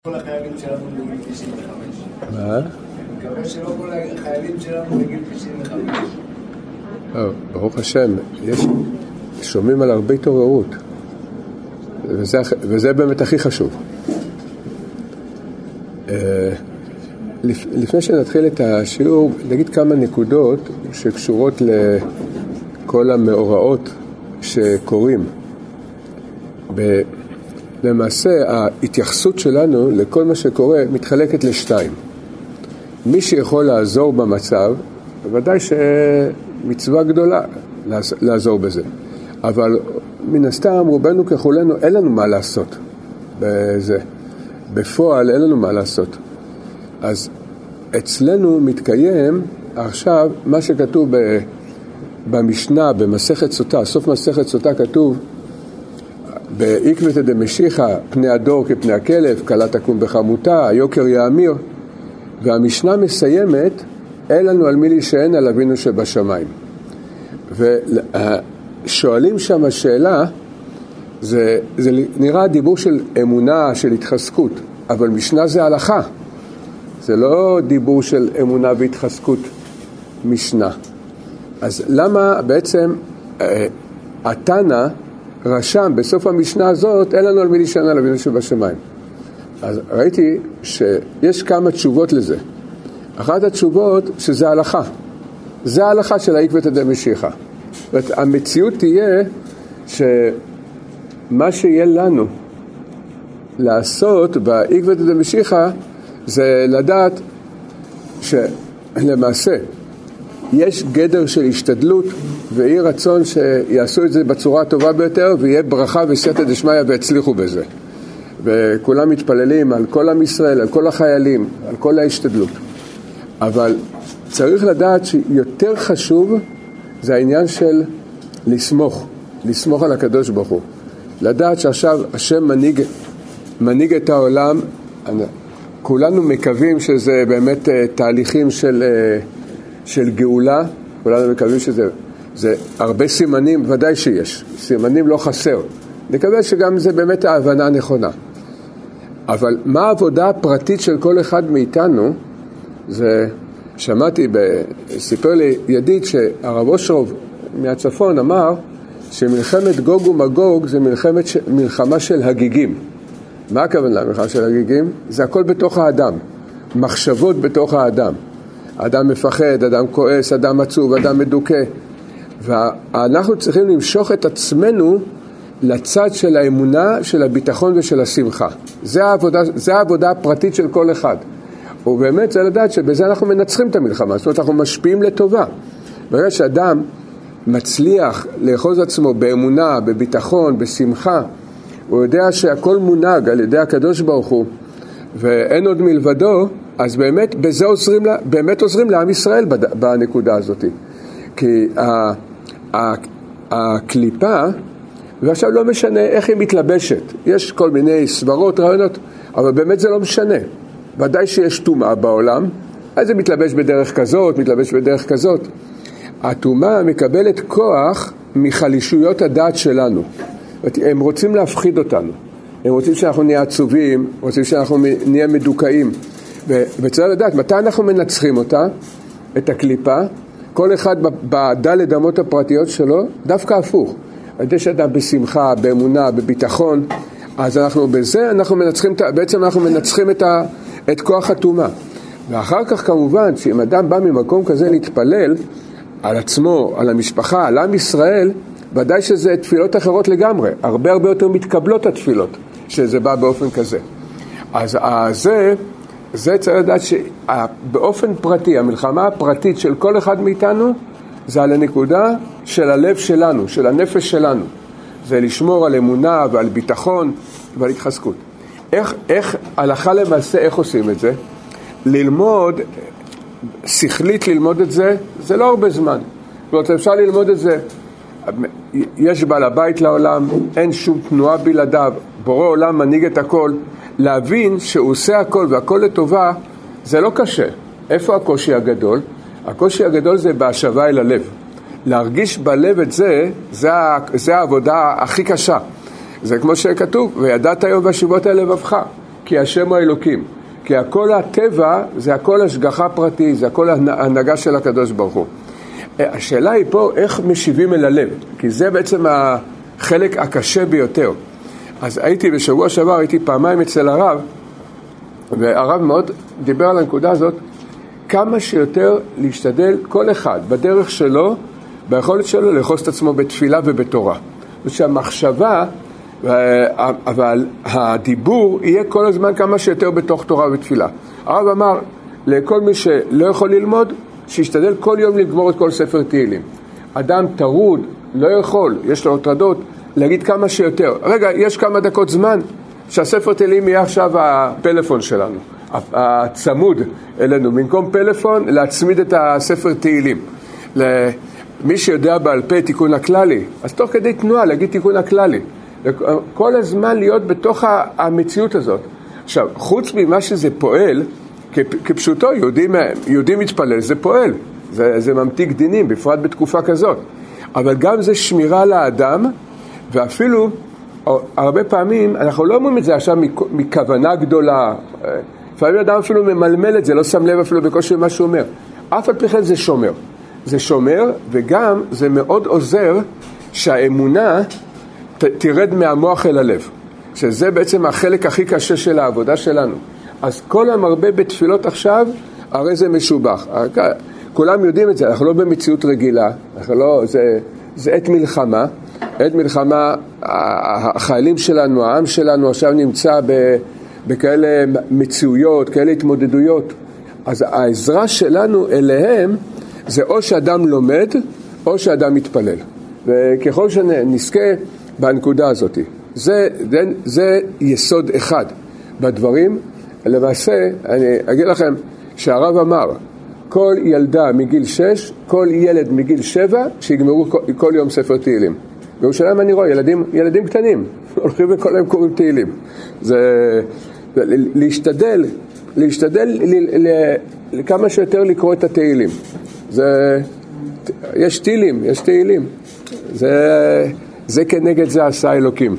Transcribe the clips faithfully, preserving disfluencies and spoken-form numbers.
כל החיילים שלנו בגיל תשעים וחמש. מה? אני מקווה שלא כל החיילים שלנו בגיל תשעים וחמש. ברוך השם, יש, שומעים על הרבה התעוררות, וזה, וזה באמת הכי חשוב. לפני שנתחיל את השיעור, נגיד כמה נקודות שקשורות לכל המאורעות שקורים. למעשה, ההתייחסות שלנו לכל מה שקורה מתחלקת לשתיים. מי שיכול לעזור במצב, ודאי שמצווה גדולה לעזור בזה. אבל מן הסתם, רובנו ככולנו, אין לנו מה לעשות בזה. בפועל אין לנו מה לעשות. אז אצלנו מתקיים עכשיו מה שכתוב במשנה, במסכת סוטה, סוף מסכת סוטה כתוב, בעקבתא דמשיחא פני הדור כפני הכלב, קלה תקום בחמותה, היוקר יאמיר, והמשנה מסיימת, אין לנו על מי להישען על אבינו שבשמיים. ושואלים שם השאלה, זה, זה נראה דיבור של אמונה, של התחזקות, אבל משנה זה הלכה, זה לא דיבור של אמונה והתחזקות משנה. אז למה בעצם התנא רשם בסוף המשנה הזאת, אין לנו על מי להישען על אבינו שבשמיים? אז ראיתי שיש כמה תשובות לזה. אחת התשובות שזה הלכה. זה ההלכה של העקבתא דמשיחא. המציאות תהיה שמה שיהיה לנו לעשות בעקבתא דמשיחא זה לדעת שלמעשה יש גדר של השתדלות ואי רצון שיעשו את זה בצורה הטובה ביותר, ויהיה ברכה וסייעתא דשמיא והצליחו בזה. וכולם מתפללים על כל עם ישראל, על כל החיילים, על כל ההשתדלות. אבל צריך לדעת שיותר חשוב זה העניין של לסמוך, לסמוך על הקדוש ברוך הוא. לדעת שעכשיו השם מנהיג, מנהיג את העולם. כולנו מקווים שזה באמת תהליכים של, של גאולה, כולנו מקווים שזה זה הרבה סימנים, ודאי שיש, סימנים לא חסר. נקווה שגם זה באמת ההבנה הנכונה. אבל מה העבודה הפרטית של כל אחד מאיתנו? זה, שמעתי, סיפר לי ידיד שהרב אושרוב מהצפון אמר שמלחמת גוג ומגוג זה מלחמת, מלחמה של הגיגים. מה הכוונה למלחמה של הגיגים? זה הכל בתוך האדם, מחשבות בתוך האדם. אדם מפחד, אדם כועס, אדם עצוב, אדם מדוכא. ואנחנו צריכים למשוך את עצמנו לצד של האמונה, של הביטחון ושל השמחה. זה העבודה, זה העבודה הפרטית של כל אחד. ובאמת זה לדעת שבזה אנחנו מנצחים את המלחמה, זאת אומרת אנחנו משפיעים לטובה. ברגע שאדם מצליח לאחוז עצמו באמונה, בביטחון, בשמחה, הוא יודע שהכל מונהג על ידי הקדוש ברוך הוא, ואין עוד מלבדו, אז באמת בזה עוזרים, באמת עוזרים לעם ישראל בנקודה הזאת. כי הקליפה, ועכשיו לא משנה איך היא מתלבשת, יש כל מיני סברות, רעיונות, אבל באמת זה לא משנה. ודאי שיש טומאה בעולם, אז זה מתלבש בדרך כזאת, מתלבש בדרך כזאת. הטומאה מקבלת כוח מחלישויות הדעת שלנו. הם רוצים להפחיד אותנו, הם רוצים שאנחנו נהיה עצובים, רוצים שאנחנו נהיה מדוכאים, וצריך לדעת מתי אנחנו מנצחים אותה, את הקליפה. כל אחד בדלת אמות הפרטיות שלו, דווקא הפוך. על ידי שאדם בשמחה, באמונה, בביטחון, אז אנחנו בזה, אנחנו מנצחים, בעצם אנחנו מנצחים את, ה, את כוח הטומאה. ואחר כך כמובן, שאם אדם בא ממקום כזה להתפלל, על עצמו, על המשפחה, על עם ישראל, ודאי שזה תפילות אחרות לגמרי. הרבה הרבה יותר מתקבלות התפילות, שזה בא באופן כזה. אז זה, זה צריך לדעת שבאופן פרטי, המלחמה הפרטית של כל אחד מאיתנו, זה על הנקודה של הלב שלנו, של הנפש שלנו. זה לשמור על אמונה ועל ביטחון ועל התחזקות. איך, איך, הלכה למעשה, איך עושים את זה? ללמוד, שכלית ללמוד את זה, זה לא הרבה זמן. זאת אומרת, אפשר ללמוד את זה. יש בעל הבית לעולם, אין שום תנועה בלעדיו, בורא עולם מנהיג את הכל. להבין שהוא עושה הכל והכל לטובה, זה לא קשה. איפה הקושי הגדול? הקושי הגדול זה בהשבה אל הלב. להרגיש בלב את זה, זה, זה העבודה הכי קשה. זה כמו שכתוב, וידעת היום והשיבות אל לבבך. כי כי השם הוא האלוקים. כי הכל הטבע זה הכל השגחה פרטית, זה הכל ההנהגה של הקדוש ברוך הוא. השאלה היא פה איך משיבים אל הלב, כי זה בעצם החלק הקשה ביותר. אז הייתי בשבוע שעבר, הייתי פעמיים אצל הרב, והרב מאוד דיבר על הנקודה הזאת, כמה שיותר להשתדל כל אחד בדרך שלו, ביכולת שלו לחוס את עצמו בתפילה ובתורה. ושהמחשבה, אבל הדיבור יהיה כל הזמן כמה שיותר בתוך תורה ובתפילה. הרב אמר לכל מי שלא יכול ללמוד, שישתדל כל יום לגמור את כל ספר תהילים. אדם טרוד, לא יכול, יש לו הטרדות, להגיד כמה שיותר. רגע, יש כמה דקות זמן שהספר תהילים יהיה עכשיו הפלאפון שלנו, הצמוד אלינו. במקום פלאפון, להצמיד את הספר תהילים. למי שיודע בעל פה תיקון הכללי, אז תוך כדי תנועה להגיד תיקון הכללי. כל הזמן להיות בתוך המציאות הזאת. עכשיו, חוץ ממה שזה פועל, כפשוטו, יהודי, יהודי מתפלל, זה פועל. זה, זה ממתיק דינים, בפרט בתקופה כזאת. אבל גם זה שמירה לאדם, ואפילו, הרבה פעמים, אנחנו לא אומרים את זה עכשיו מכוונה גדולה. לפעמים אדם אפילו ממלמל את זה, לא שם לב אפילו בקושי מה שהוא אומר. אף על פי כן זה שומר. זה שומר, וגם זה מאוד עוזר שהאמונה ת, תרד מהמוח אל הלב. שזה בעצם החלק הכי קשה של העבודה שלנו. אז כל המרבה בתפילות עכשיו, הרי זה משובח. כולם יודעים את זה, אנחנו לא במציאות רגילה, אנחנו לא, זה, זה עת מלחמה. עת מלחמה, החיילים שלנו, העם שלנו עכשיו נמצא בכאלה מציאויות, כאלה התמודדויות. אז העזרה שלנו אליהם, זה או שאדם לומד, או שאדם מתפלל. וככל שנזכה בנקודה הזאת, זה, זה, זה יסוד אחד בדברים. למעשה, אני אגיד לכם שהרב אמר, כל ילדה מגיל שש, כל ילד מגיל שבע, שיגמרו כל, כל יום ספר תהילים. בירושלים אני רואה ילדים, ילדים קטנים, הולכים וכל הם קוראים תהילים. זה, זה להשתדל, להשתדל ל, ל, ל, כמה שיותר לקרוא את התהילים. זה, יש תהילים, יש תהילים. זה, זה כנגד זה עשה אלוקים.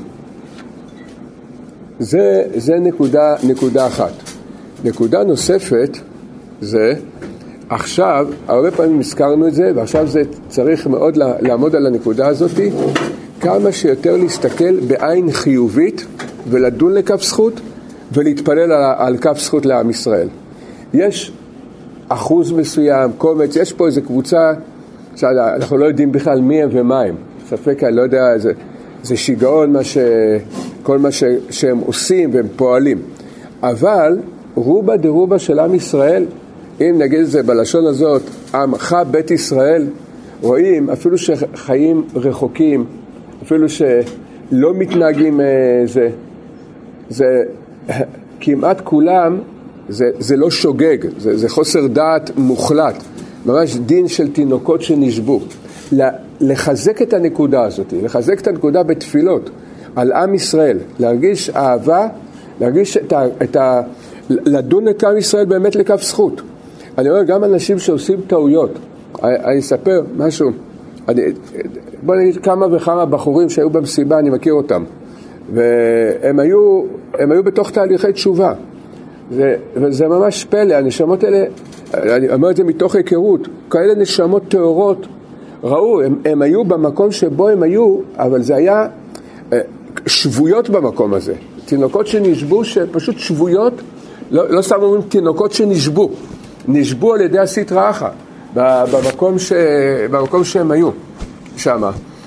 זה, זה נקודה, נקודה אחת. נקודה נוספת זה, עכשיו, הרבה פעמים הזכרנו את זה, ועכשיו זה צריך מאוד לעמוד על הנקודה הזאת, כמה שיותר להסתכל בעין חיובית, ולדון לכף זכות, ולהתפלל על, על כף זכות לעם ישראל. יש אחוז מסוים, קומץ, יש פה איזו קבוצה, שאנחנו לא יודעים בכלל מי הם ומה הם. ספק, אני לא יודע, זה, זה שיגעון, מה ש, כל מה ש, שהם עושים והם פועלים. אבל, רובה דרובה של עם ישראל, אם נגיד את זה בלשון הזאת, עמך בית ישראל, רואים אפילו שחיים רחוקים, אפילו שלא מתנהגים זה, זה כמעט כולם, זה, זה לא שוגג, זה, זה חוסר דעת מוחלט, ממש דין של תינוקות שנשבו. לחזק את הנקודה הזאת, לחזק את הנקודה בתפילות על עם ישראל, להרגיש אהבה, להרגיש את ה... את ה לדון את עם ישראל באמת לכף זכות. אני אומר, גם אנשים שעושים טעויות, אני, אני אספר משהו, אני, בוא נגיד כמה וכמה בחורים שהיו במסיבה, אני מכיר אותם, והם היו, הם היו בתוך תהליכי תשובה, זה, וזה ממש פלא, הנשמות האלה, אני אומר את זה מתוך היכרות, כאלה נשמות טהורות, ראו, הם, הם היו במקום שבו הם היו, אבל זה היה שבויות במקום הזה, תינוקות שנשבו שפשוט שבויות, לא, לא סתם אומרים תינוקות שנשבו, נשבו על ידי הסטרא אחרא, במקום, ש... במקום שהם היו, שמה.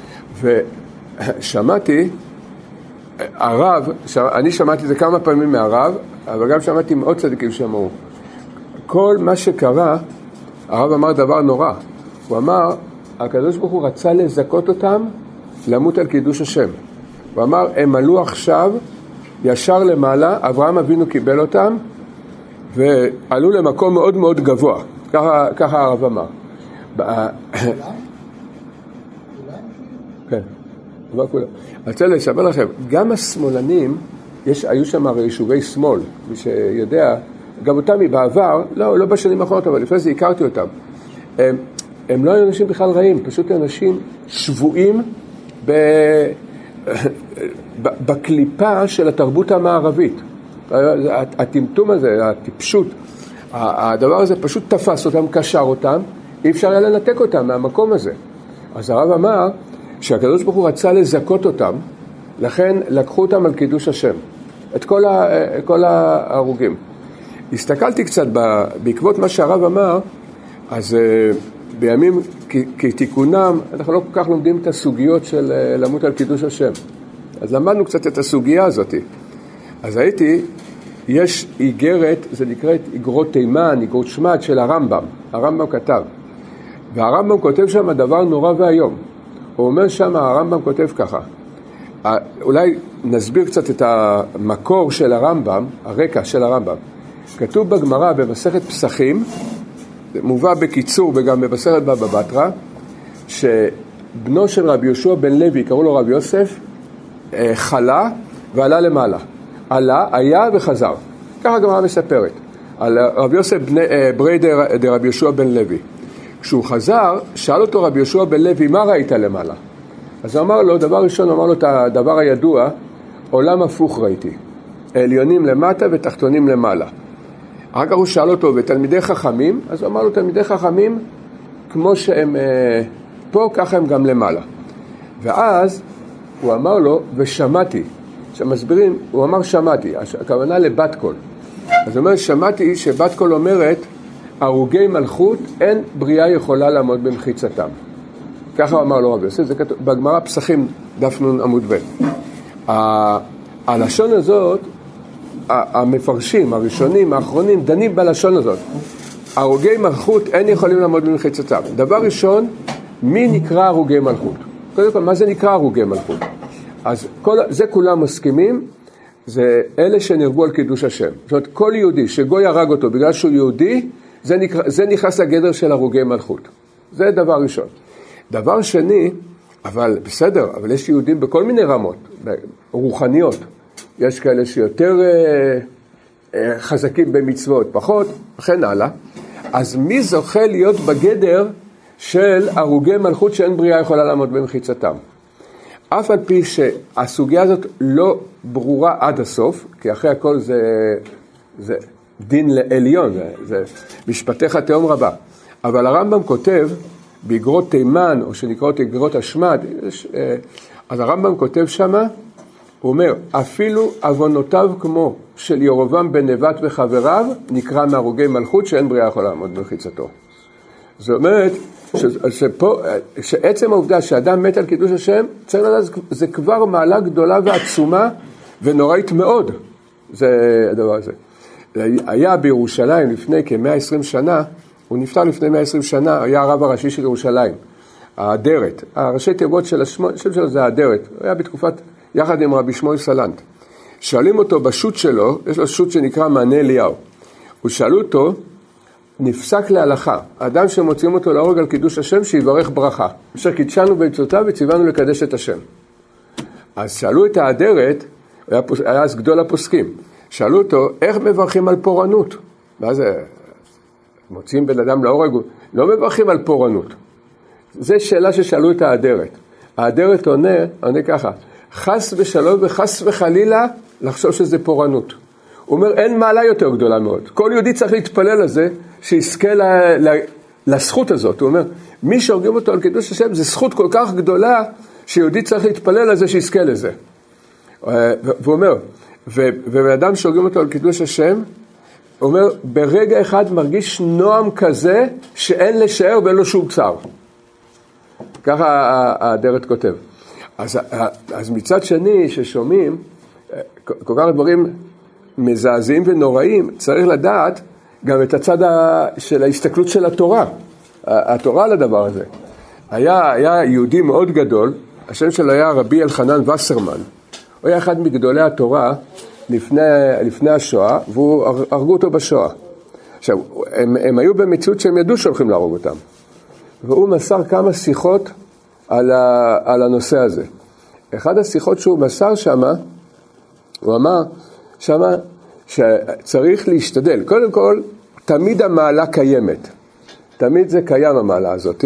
ושמעתי, הרב, אני שמעתי את זה כמה פעמים מהרב, אבל גם שמעתי מאוד צדיקים שאמרו, כל מה שקרה, הרב אמר דבר נורא. הוא אמר, הקדוש ברוך הוא רצה לזכות אותם, למות על קידוש השם. הוא אמר, הם עלו עכשיו, ישר למעלה, אברהם אבינו קיבל אותם, ועלו למקום מאוד מאוד גבוה. ככה, ככה הרב אמר. כן, אבל כולם. אני רוצה לספר לכם, גם השמאלנים, יש, היו שם הרי יישובי שמאל, מי שיודע, גם אותם מבעבר, לא, לא בשנים האחרונות, אבל לפני זה הכרתי אותם. הם, הם לא היו אנשים בכלל רעים, פשוט אנשים שבועים ב... בקליפה של התרבות המערבית. הטמטום הזה, הטיפשות, הדבר הזה פשוט תפס אותם, קשר אותם, אי אפשר היה לנתק אותם מהמקום הזה. אז הרב אמר שהקדוש ברוך הוא רצה לזכות אותם, לכן לקחו אותם על קידוש השם, את כל, ה, כל ההרוגים. הסתכלתי קצת בעקבות מה שהרב אמר, אז בימים כתיקונם, אנחנו לא כל כך לומדים את הסוגיות של למות על קידוש השם. אז למדנו קצת את הסוגיה הזאת. אז הייתי, יש איגרת, זה נקראת איגרות תימן, איגרות שמד של הרמב"ם. הרמב"ם כתב. והרמב"ם כותב שם דבר נורא והיום. הוא אומר שם, הרמב"ם כותב ככה. אולי נסביר קצת את המקור של הרמב"ם, הרקע של הרמב"ם. כתוב בגמרא במסכת פסחים, מובא בקיצור וגם במסכת בבא בתרא, שבנו של רבי יהושע בן לוי, קראו לו רבי יוסף, חלה ועלה למעלה. עלה, היה וחזר. ככה הגמרא מספרת. על רבי יוסף ברי דרבי יהושע בן לוי. כשהוא חזר, שאל אותו רבי יהושע בן לוי, מה ראית למעלה? אז הוא אמר לו, דבר ראשון, אמר לו את הדבר הידוע, עולם הפוך ראיתי. עליונים למטה ותחתונים למעלה. אחר כך הוא שאל אותו, ותלמידי חכמים? אז הוא אמר לו, תלמידי חכמים, כמו שהם פה, ככה הם גם למעלה. ואז הוא אמר לו, ושמעתי. שמסבירים, הוא אמר שמעתי, הכוונה לבת קול. אז הוא אומר, שמעתי שבת קול אומרת, הרוגי מלכות, אין בריאה יכולה לעמוד במחיצתם. ככה אמר לו רבי יוסף, זה כתוב, בגמרא פסחים דף נון עמוד ב'. הלשון הזאת, המפרשים, הראשונים, האחרונים, דנים בלשון הזאת. הרוגי מלכות אין יכולים לעמוד במחיצתם. דבר ראשון, מי נקרא הרוגי מלכות? קודם כל, מה זה נקרא הרוגי מלכות? אז כל, זה כולם מסכימים, זה אלה שנרבו על קידוש השם. זאת אומרת, כל יהודי שגוי הרג אותו בגלל שהוא יהודי, זה, נקרא, זה נכנס לגדר של הרוגי מלכות. זה דבר ראשון. דבר שני, אבל בסדר, אבל יש יהודים בכל מיני רמות, רוחניות. יש כאלה שיותר אה, אה, חזקים במצוות, פחות, וכן הלאה. אז מי זוכה להיות בגדר של הרוגי מלכות שאין בריאה יכולה לעמוד במחיצתם? אף על פי שהסוגיה הזאת לא ברורה עד הסוף, כי אחרי הכל זה, זה דין לעליון, זה, זה משפטיך תהום רבה. אבל הרמב"ם כותב, באגרות תימן, או שנקראות אגרות השמד, אז הרמב"ם כותב שמה, הוא אומר, אפילו אבונותיו כמו של ירובעם בן נבט וחבריו, נקרא מהרוגי מלכות שאין בריאה יכולה לעמוד במחיצתו. זאת אומרת, שפה, שעצם העובדה שאדם מת על קידוש השם, צריך לדעת, זה כבר מעלה גדולה ועצומה ונוראית מאוד, זה הדבר הזה. היה בירושלים לפני כ-מאה ועשרים שנה, הוא נפטר לפני מאה ועשרים שנה, היה הרב הראשי של ירושלים, האדרת, הראשי תיבות של השם שלו זה האדרת, הוא היה בתקופת, יחד עם רבי שמואל סלנט. שואלים אותו בשו"ת שלו, יש לו שו"ת שנקרא מענה אליהו, הוא שאלו אותו, נפסק להלכה, האדם שמוצאים אותו להורג על קידוש השם שיברך ברכה, אשר קידשנו בעצותיו וציוונו לקדש את השם. אז שאלו את האדרת, היה, היה אז גדול הפוסקים, שאלו אותו, איך מברכים על פורענות? מה זה? מוצאים בן אדם להורג, לא מברכים על פורענות. זו שאלה ששאלו את האדרת. האדרת עונה, עונה ככה, חס ושלום וחס וחלילה לחשוב שזה פורענות. הוא אומר, אין מעלה יותר גדולה מאוד. כל יהודי צריך להתפלל על זה, שיזכה ל, ל, לזכות הזאת. הוא אומר, מי שהורגים אותו על קידוש השם, זה זכות כל כך גדולה, שיהודי צריך להתפלל על זה, שיזכה לזה. והוא אומר, ובאדם שהורגים אותו על קידוש השם, הוא אומר, ברגע אחד מרגיש נועם כזה, שאין לשער ואין לו שום צער. ככה האדרת כותב. אז, אז מצד שני, ששומעים, כל כך דברים מזעזעים ונוראים, צריך לדעת גם את הצד של ההסתכלות של התורה. התורה לדבר הזה. היה, היה יהודי מאוד גדול, השם שלו היה רבי אלחנן וסרמן. הוא היה אחד מגדולי התורה לפני, לפני השואה, והוא הרגו אותו בשואה. עכשיו, הם, הם היו במציאות שהם ידעו שהולכים להרוג אותם. והוא מסר כמה שיחות על, ה, על הנושא הזה. אחד השיחות שהוא מסר שמה, הוא אמר שמה שצריך להשתדל. קודם כל, תמיד המעלה קיימת. תמיד זה קיים המעלה הזאת.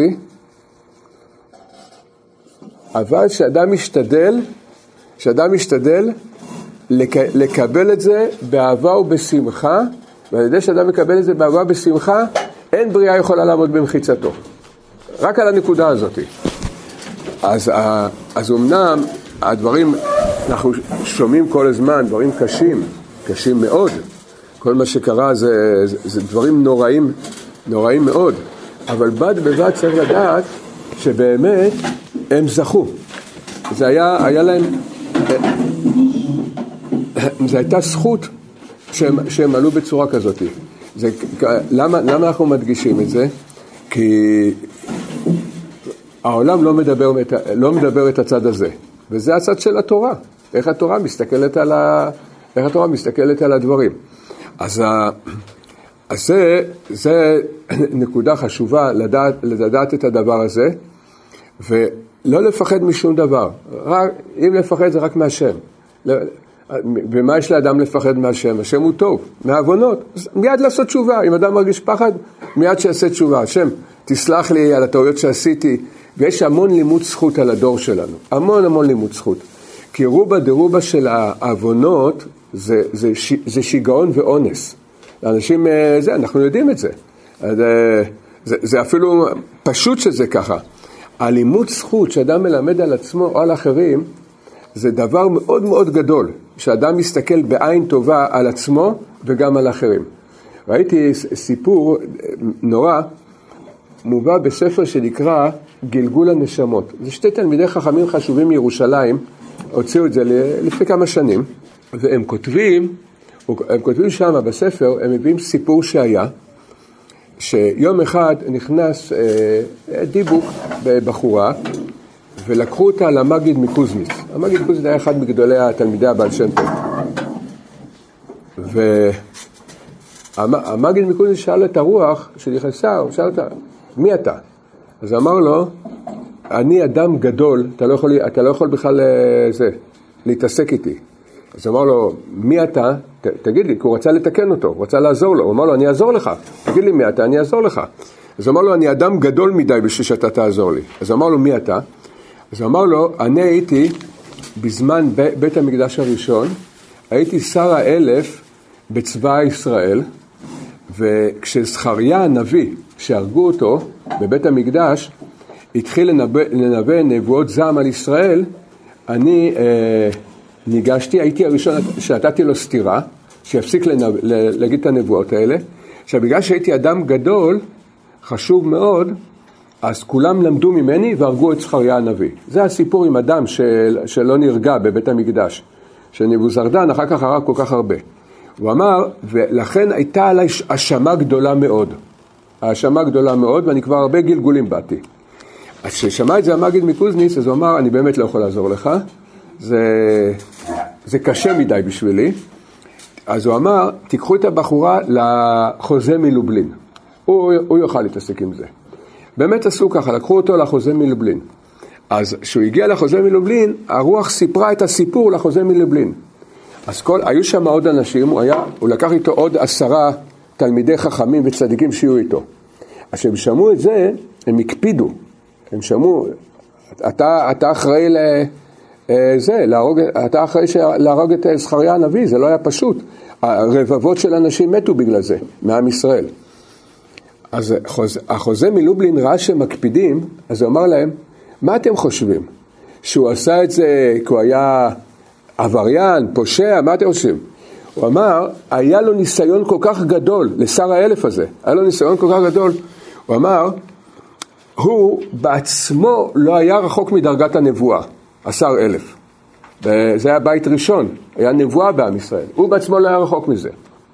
אבל שאדם משתדל, שאדם משתדל לק, לקבל את זה באהבה ובשמחה, ועל ידי שאדם מקבל את זה באהבה ובשמחה, אין בריאה יכולה לעמוד במחיצתו. רק על הנקודה הזאת. אז, אז אמנם הדברים, אנחנו שומעים כל הזמן, דברים קשים, קשים מאוד. כל מה שקרה זה, זה, זה דברים נוראים, נוראים מאוד. אבל בד בבד צריך לדעת שבאמת הם זכו. זה היה, היה להם, זה הייתה זכות שהם, שהם עלו בצורה כזאת. זה, למה, למה אנחנו מדגישים את זה? כי העולם לא מדבר, לא מדבר את הצד הזה, וזה הצד של התורה. איך התורה מסתכלת על, ה, איך התורה מסתכלת על הדברים. אז, אז זה, זה נקודה חשובה לדעת, לדעת את הדבר הזה, ולא לפחד משום דבר. רק, אם לפחד זה רק מהשם. ומה יש לאדם לפחד מהשם? השם הוא טוב, מהעוונות. מיד לעשות תשובה. אם אדם מרגיש פחד, מיד שיעשה תשובה. השם, תסלח לי על הטעויות שעשיתי. ויש המון לימוד זכות על הדור שלנו. המון המון לימוד זכות. כי רובה דרובה של העוונות זה, זה, זה שיגעון ואונס. לאנשים, זה, אנחנו יודעים את זה. זה, זה, זה אפילו פשוט שזה ככה. הלימוד זכות שאדם מלמד על עצמו או על אחרים, זה דבר מאוד מאוד גדול. שאדם מסתכל בעין טובה על עצמו וגם על אחרים. ראיתי סיפור נורא, מובא בספר שנקרא גלגול הנשמות. זה שתי תלמידי חכמים חשובים מירושלים, הוציאו את זה לפני כמה שנים, והם כותבים, הם כותבים שם בספר, הם מביאים סיפור שהיה, שיום אחד נכנס אה, דיבוק בבחורה, ולקחו אותה למגיד מקוזניץ. המגיד מקוזניץ היה אחד מגדולי התלמידי הבעל שם טוב. והמגיד מקוזניץ שאל את הרוח שנכנסה, הוא שאל אותה, מי אתה? אז אמר לו, אני אדם גדול, אתה לא יכול, אתה לא יכול בכלל זה, להתעסק איתי. אז אמר לו, מי אתה? ת, תגיד לי, כי הוא רצה לתקן אותו, הוא רצה לעזור לו. הוא אמר לו, אני אעזור לך. תגיד לי מי אתה, אני אעזור לך. אז אמר לו, אני אדם גדול מדי בשביל שאתה תעזור לי. אז אמר לו, מי אתה? אז אמר לו, אני הייתי בזמן ב- בית המקדש הראשון, הייתי שר האלף בצבא ישראל, וכשזכריה הנביא, שהרגו אותו בבית המקדש, התחיל לנבא, לנבא נבואות זעם על ישראל, אני אה, ניגשתי, הייתי הראשון שנתתי לו סתירה, שיפסיק לנב, להגיד את הנבואות האלה. עכשיו, בגלל שהייתי אדם גדול, חשוב מאוד, אז כולם למדו ממני והרגו את זכריה הנביא. זה הסיפור עם אדם של, שלא נרגע בבית המקדש, שנבוזרדן אחר כך הרג כל כך הרבה. הוא אמר, ולכן הייתה עליי האשמה גדולה מאוד. האשמה גדולה מאוד, ואני כבר הרבה גלגולים באתי. אז כששמע את זה המגיד מקוזניץ, אז הוא אמר, אני באמת לא יכול לעזור לך, זה, זה קשה מדי בשבילי. אז הוא אמר, תיקחו את הבחורה לחוזה מלובלין. הוא, הוא יוכל להתעסק עם זה. באמת עשו ככה, לקחו אותו לחוזה מלובלין. אז כשהוא הגיע לחוזה מלובלין, הרוח סיפרה את הסיפור לחוזה מלובלין. אז כל, היו שם עוד אנשים, הוא, היה, הוא לקח איתו עוד עשרה תלמידי חכמים וצדיקים שיהיו איתו. אז כשהם שמעו את זה, הם הקפידו. הם שמעו, אתה, אתה אחראי לזה, להרוג, אתה אחראי להרוג את זכריה הנביא, זה לא היה פשוט. הרבבות של אנשים מתו בגלל זה, מעם ישראל. אז החוזה, החוזה מלובלין ראה שהם מקפידים, אז הוא אמר להם, מה אתם חושבים? שהוא עשה את זה כי הוא היה עבריין, פושע, מה אתם חושבים? הוא אמר, היה לו ניסיון כל כך גדול, לשר האלף הזה, היה לו ניסיון כל כך גדול, הוא אמר, הוא בעצמו לא היה רחוק מדרגת הנבואה, עשר אלף. זה היה בית ראשון, היה נבואה בעם ישראל, הוא בעצמו לא היה רחוק מזה.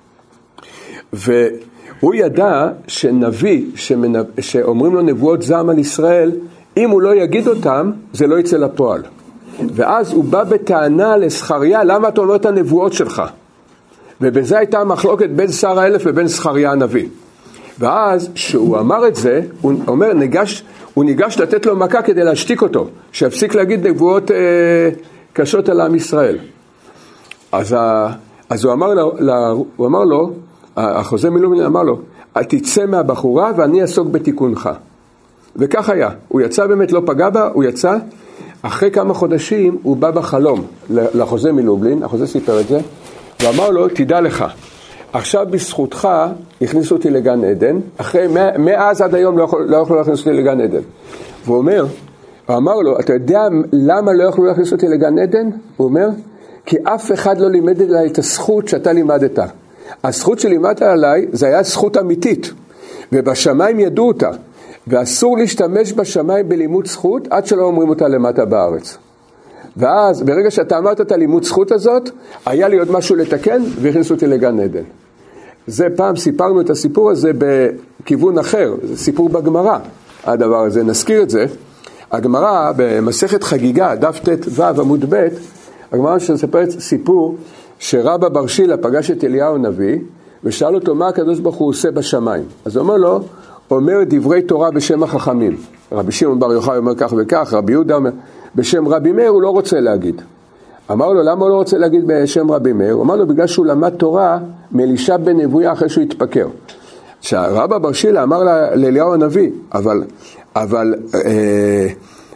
והוא ידע שנביא, שמנב... שאומרים לו נבואות זעם על ישראל, אם הוא לא יגיד אותם, זה לא יצא לפועל. ואז הוא בא בטענה לזכריה, למה אתה אומר את הנבואות שלך? ובזה הייתה מחלוקת בין שר האלף ובין זכריה הנביא. ואז שהוא אמר את זה, הוא אומר, ניגש, הוא ניגש לתת לו מכה כדי להשתיק אותו, שיפסיק להגיד נבואות אה, קשות על עם ישראל. אז, ה, אז הוא אמר לו, הוא אמר לו, החוזה מלובלין אמר לו, תצא מהבחורה ואני אעסוק בתיקונך. וכך היה, הוא יצא באמת, לא פגע בה, הוא יצא, אחרי כמה חודשים הוא בא בחלום לחוזה מלובלין, החוזה סיפר את זה, ואמר לו, תדע לך, עכשיו בזכותך הכניסו אותי לגן עדן, אחרי, מאז עד היום לא יכולו לא יכול להכניס אותי לגן עדן. והוא אומר, הוא אמר לו, אתה יודע למה לא יכולו להכניס אותי לגן עדן? הוא אומר, כי אף אחד לא לימד עליי את הזכות שאתה לימדת. הזכות שלימדת עליי, זה היה זכות אמיתית, ובשמיים ידעו אותה, ואסור להשתמש בשמיים בלימוד זכות, עד שלא אומרים אותה למטה בארץ. ואז, ברגע שאתה אמרת את הלימוד זכות הזאת, היה לי עוד משהו לתקן, והכניסו אותי לגן עדן. זה פעם סיפרנו את הסיפור הזה בכיוון אחר, זה סיפור בגמרא, הדבר הזה, נזכיר את זה. הגמרא במסכת חגיגה, דף ט' ו' עמוד ב', הגמרא שמספרת סיפור שרבא בר שילא פגש את אליהו הנביא, ושאל אותו מה הקדוש ברוך הוא עושה בשמיים. אז הוא אומר לו, אומר דברי תורה בשם החכמים. רבי שמעון בר יוחאי אומר כך וכך, רבי יהודה אומר, בשם רבי מאיר הוא לא רוצה להגיד. אמר לו, למה הוא לא רוצה להגיד בשם רבי מאיר? הוא אמר לו, בגלל שהוא למד תורה מאלישע בן נבויה אחרי שהוא התפקר. שהרבא בר שילא אמר לאליהו הנביא, אבל, אבל אה,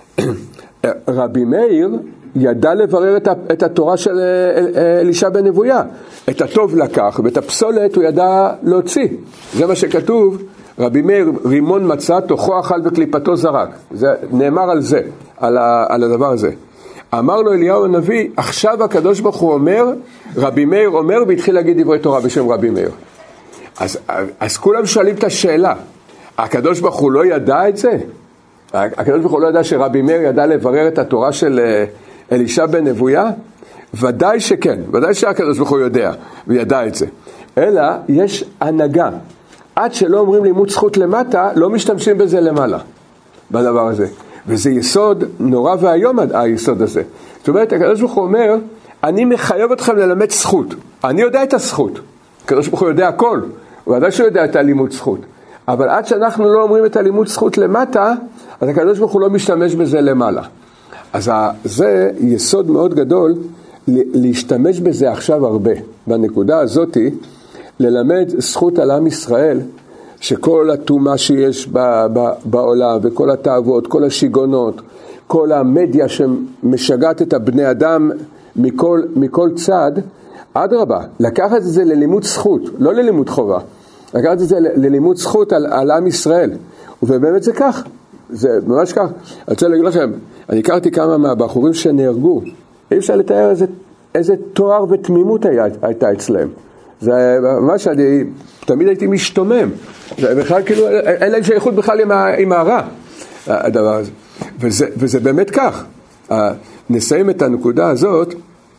רבי מאיר ידע לברר את התורה של אלישע בן נבויה. את הטוב לקח, ואת הפסולת הוא ידע להוציא. זה מה שכתוב, רבי מאיר רימון מצא, תוכו אכל וקליפתו זרק. זה נאמר על זה, על, ה, על הדבר הזה. אמר לו אליהו הנביא, עכשיו הקדוש ברוך הוא אומר, רבי מאיר אומר, והתחיל להגיד דברי תורה בשם רבי מאיר. אז, אז כולם שואלים את השאלה, הקדוש ברוך הוא לא ידע את זה? הקדוש ברוך הוא לא ידע שרבי מאיר ידע לברר את התורה של אלישע בן נבויה? ודאי שכן, ודאי שהקדוש ברוך הוא יודע, וידע את זה. אלא יש הנהגה. עד שלא אומרים לימוד זכות למטה, לא משתמשים בזה למעלה, בדבר הזה. וזה יסוד נורא והיום היסוד הזה. זאת אומרת, הקדוש ברוך הוא אומר, אני מחייב אתכם ללמד זכות. אני יודע את הזכות. הקדוש ברוך הוא יודע הכל. הוא ודאי שהוא יודע את הלימוד זכות. אבל עד שאנחנו לא אומרים את הלימוד זכות למטה, אז הקדוש ברוך הוא לא משתמש בזה למעלה. אז זה יסוד מאוד גדול, להשתמש בזה עכשיו הרבה. בנקודה הזאת, ללמד זכות על עם ישראל, שכל התאומה שיש ב, ב, בעולם, וכל התאוות, כל השיגונות, כל המדיה שמשגעת את הבני אדם מכל, מכל צד, עד רבה, לקחת את זה ללימוד זכות, לא ללימוד חובה, לקחת את זה ללימוד זכות על, על עם ישראל, ובאמת זה כך, זה ממש כך. אני רוצה להגיד לכם, אני הכרתי כמה מהבחורים שנהרגו, אי אפשר לתאר איזה, איזה תואר ותמימות היה, הייתה אצלהם. זה ממש, אני תמיד הייתי משתומם, זה בכלל כאילו, אין להם שייכות בכלל עם, עם הרע, הדבר הזה. וזה, וזה באמת כך. נסיים את הנקודה הזאת,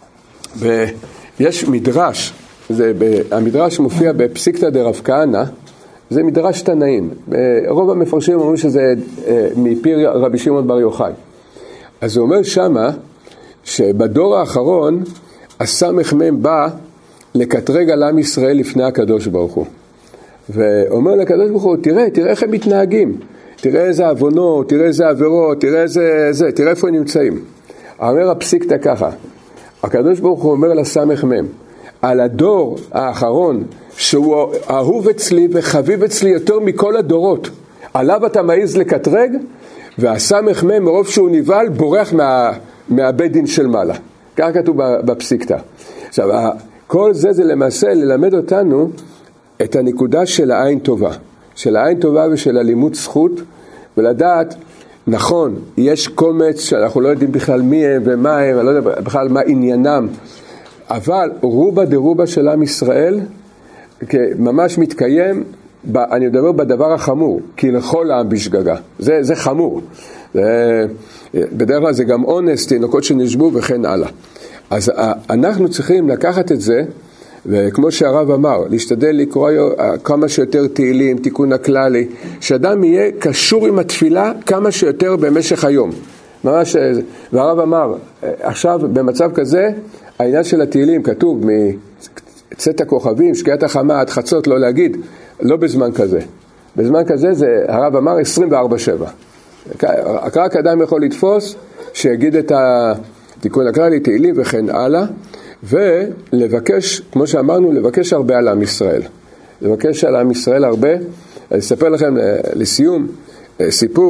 יש מדרש, זה, המדרש מופיע בפסיקתא דרב כהנא, זה מדרש תנאים. רוב המפרשים אומרים שזה מפי רבי שמעון בר יוחאי. אז הוא אומר שמה, שבדור האחרון, הסמך מם בא לקטרג על עם ישראל לפני הקדוש ברוך הוא. ואומר לקדוש ברוך הוא, תראה, תראה איך הם מתנהגים. תראה איזה עוונות, תראה איזה עבירות, תראה איזה, זה, תראה איפה הם נמצאים. אומר הפסיקתא ככה, הקדוש ברוך הוא אומר לסמך מם, על הדור האחרון, שהוא אהוב אצלי וחביב אצלי יותר מכל הדורות, עליו אתה מעיז לקטרג, והסמך מם מרוב שהוא נבהל, בורח מה, מהבית דין של מעלה. כך כתוב בפסיקתא. עכשיו, כל זה זה למעשה ללמד אותנו את הנקודה של העין טובה, של העין טובה ושל הלימוד זכות, ולדעת, נכון, יש קומץ שאנחנו לא יודעים בכלל מי הם ומה הם, אני לא יודע בכלל מה עניינם, אבל רובה דרובה של עם ישראל, ממש מתקיים, אני מדבר בדבר החמור, כי לכל העם בשגגה, זה, זה חמור, זה, בדרך כלל זה גם אונס, תינוקות שנשבו וכן הלאה. אז אנחנו צריכים לקחת את זה, וכמו שהרב אמר, להשתדל לקרוא כמה שיותר תהילים, תיקון הכללי, שאדם יהיה קשור עם התפילה כמה שיותר במשך היום. ממש, והרב אמר, עכשיו במצב כזה, העניין של התהילים כתוב מצאת הכוכבים, שקיעת החמה, עד חצות, לא להגיד, לא בזמן כזה. בזמן כזה זה, הרב אמר, עשרים וארבע שבע. רק אדם יכול לתפוס, שיגיד את התיקון הכללי, תהילים וכן הלאה, ולבקש, כמו שאמרנו, לבקש הרבה על עם ישראל. לבקש על עם ישראל הרבה. אני אספר לכם לסיום סיפור,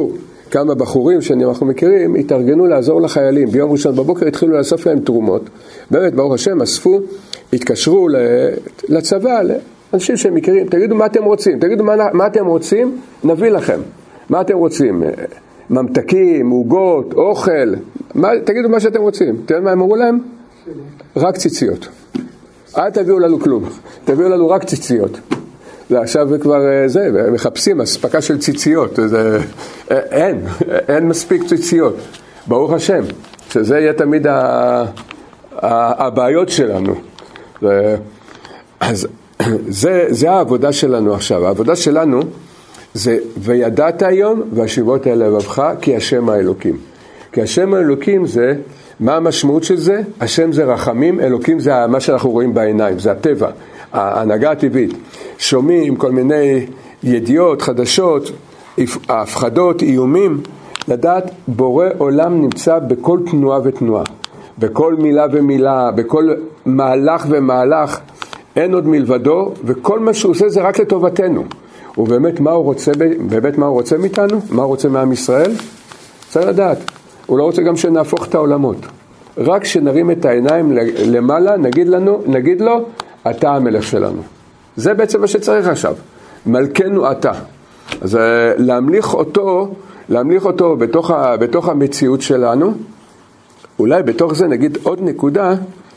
כמה בחורים שאנחנו מכירים, התארגנו לעזור לחיילים. ביום ראשון בבוקר התחילו לאסוף להם תרומות. באמת, ברוך השם, אספו, התקשרו לצבא, לאנשים שהם מכירים. תגידו מה אתם רוצים, תגידו מה, מה אתם רוצים, נביא לכם. מה אתם רוצים? ממתקים, עוגות, אוכל, מה, תגידו מה שאתם רוצים. תראה מה הם אמרו להם? רק ציציות. אל תביאו לנו כלום, תביאו לנו רק ציציות. ועכשיו כבר זה, מחפשים אספקה של ציציות, זה, אין, אין מספיק ציציות, ברוך השם, שזה יהיה תמיד ה, ה, הבעיות שלנו. ו, אז זה, זה העבודה שלנו עכשיו, העבודה שלנו זה וידעת היום והשיבות אל לבבך כי השם האלוקים. כי השם האלוקים זה, מה המשמעות של זה? השם זה רחמים, אלוקים זה מה שאנחנו רואים בעיניים, זה הטבע, ההנהגה הטבעית. שומעים כל מיני ידיעות, חדשות, הפחדות, איומים, לדעת בורא עולם נמצא בכל תנועה ותנועה, בכל מילה ומילה, בכל מהלך ומהלך, אין עוד מלבדו, וכל מה שהוא עושה זה רק לטובתנו. ובאמת מה הוא רוצה, באמת מה הוא רוצה מאיתנו? מה הוא רוצה מעם ישראל? צריך לדעת. הוא לא רוצה גם שנהפוך את העולמות. רק שנרים את העיניים למעלה, נגיד לנו, נגיד לו, אתה המלך שלנו. זה בעצם מה שצריך עכשיו. מלכנו אתה. אז להמליך אותו, להמליך אותו בתוך, ה, בתוך המציאות שלנו. אולי בתוך זה נגיד עוד נקודה,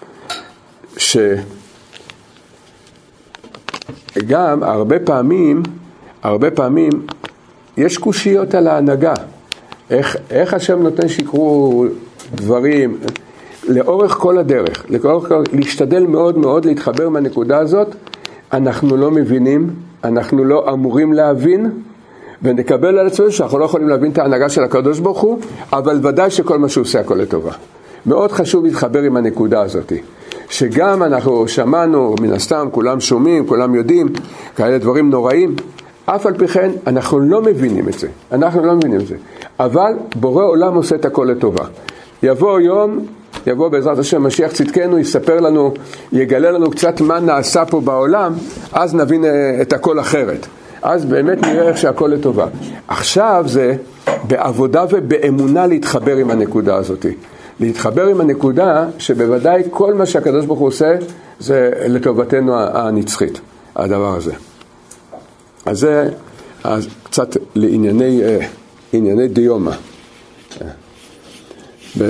שגם הרבה פעמים, הרבה פעמים, יש קושיות על ההנהגה. איך, איך השם נותן שיקרו דברים, לאורך כל הדרך, לאורך כל, להשתדל מאוד מאוד להתחבר מהנקודה הזאת, אנחנו לא מבינים, אנחנו לא אמורים להבין, ונקבל על עצמנו שאנחנו לא יכולים להבין את ההנהגה של הקדוש ברוך הוא, אבל ודאי שכל מה שהוא עושה הכל לטובה. מאוד חשוב להתחבר עם הנקודה הזאת, שגם אנחנו שמענו, מן הסתם, כולם שומעים, כולם יודעים, כאלה דברים נוראים, אף על פי כן אנחנו לא מבינים את זה, אנחנו לא מבינים את זה, אבל בורא עולם עושה את הכל לטובה. יבוא יום, יבוא בעזרת השם משיח צדקנו, יספר לנו, יגלה לנו קצת מה נעשה פה בעולם, אז נבין את הכל אחרת. אז באמת נראה איך שהכל לטובה. עכשיו זה בעבודה ובאמונה להתחבר עם הנקודה הזאת. להתחבר עם הנקודה שבוודאי כל מה שהקדוש ברוך הוא עושה זה לטובתנו הנצחית, הדבר הזה. אז זה אז קצת לענייני ענייני דיומא. ב...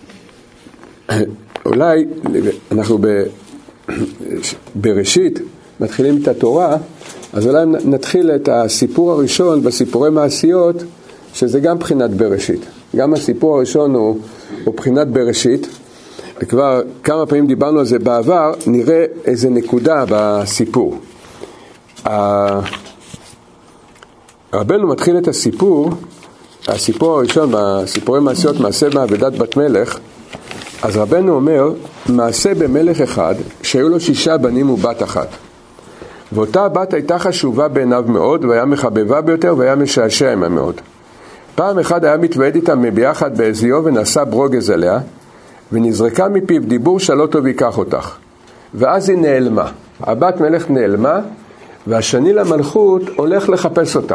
אולי אנחנו ב... בראשית מתחילים את התורה, אז אולי נתחיל את הסיפור הראשון בסיפורי מעשיות, שזה גם בחינת בראשית. גם הסיפור הראשון הוא, הוא בחינת בראשית, וכבר כמה פעמים דיברנו על זה בעבר, נראה איזה נקודה בסיפור. רבנו מתחיל את הסיפור, הסיפור הראשון בסיפורי מעשיות, מעשה בעבודת בת מלך, אז רבנו אומר, מעשה במלך אחד, שהיו לו שישה בנים ובת אחת. ואותה בת הייתה חשובה בעיניו מאוד, והיה מחבבה ביותר, והיה משעשע עמה מאוד. פעם אחד היה מתוועד איתם ביחד בעזיו, ונשא ברוגז עליה, ונזרקה מפיו דיבור שלא טוב ייקח אותך. ואז היא נעלמה. הבת מלך נעלמה, והשני למלכות הולך לחפש אותה.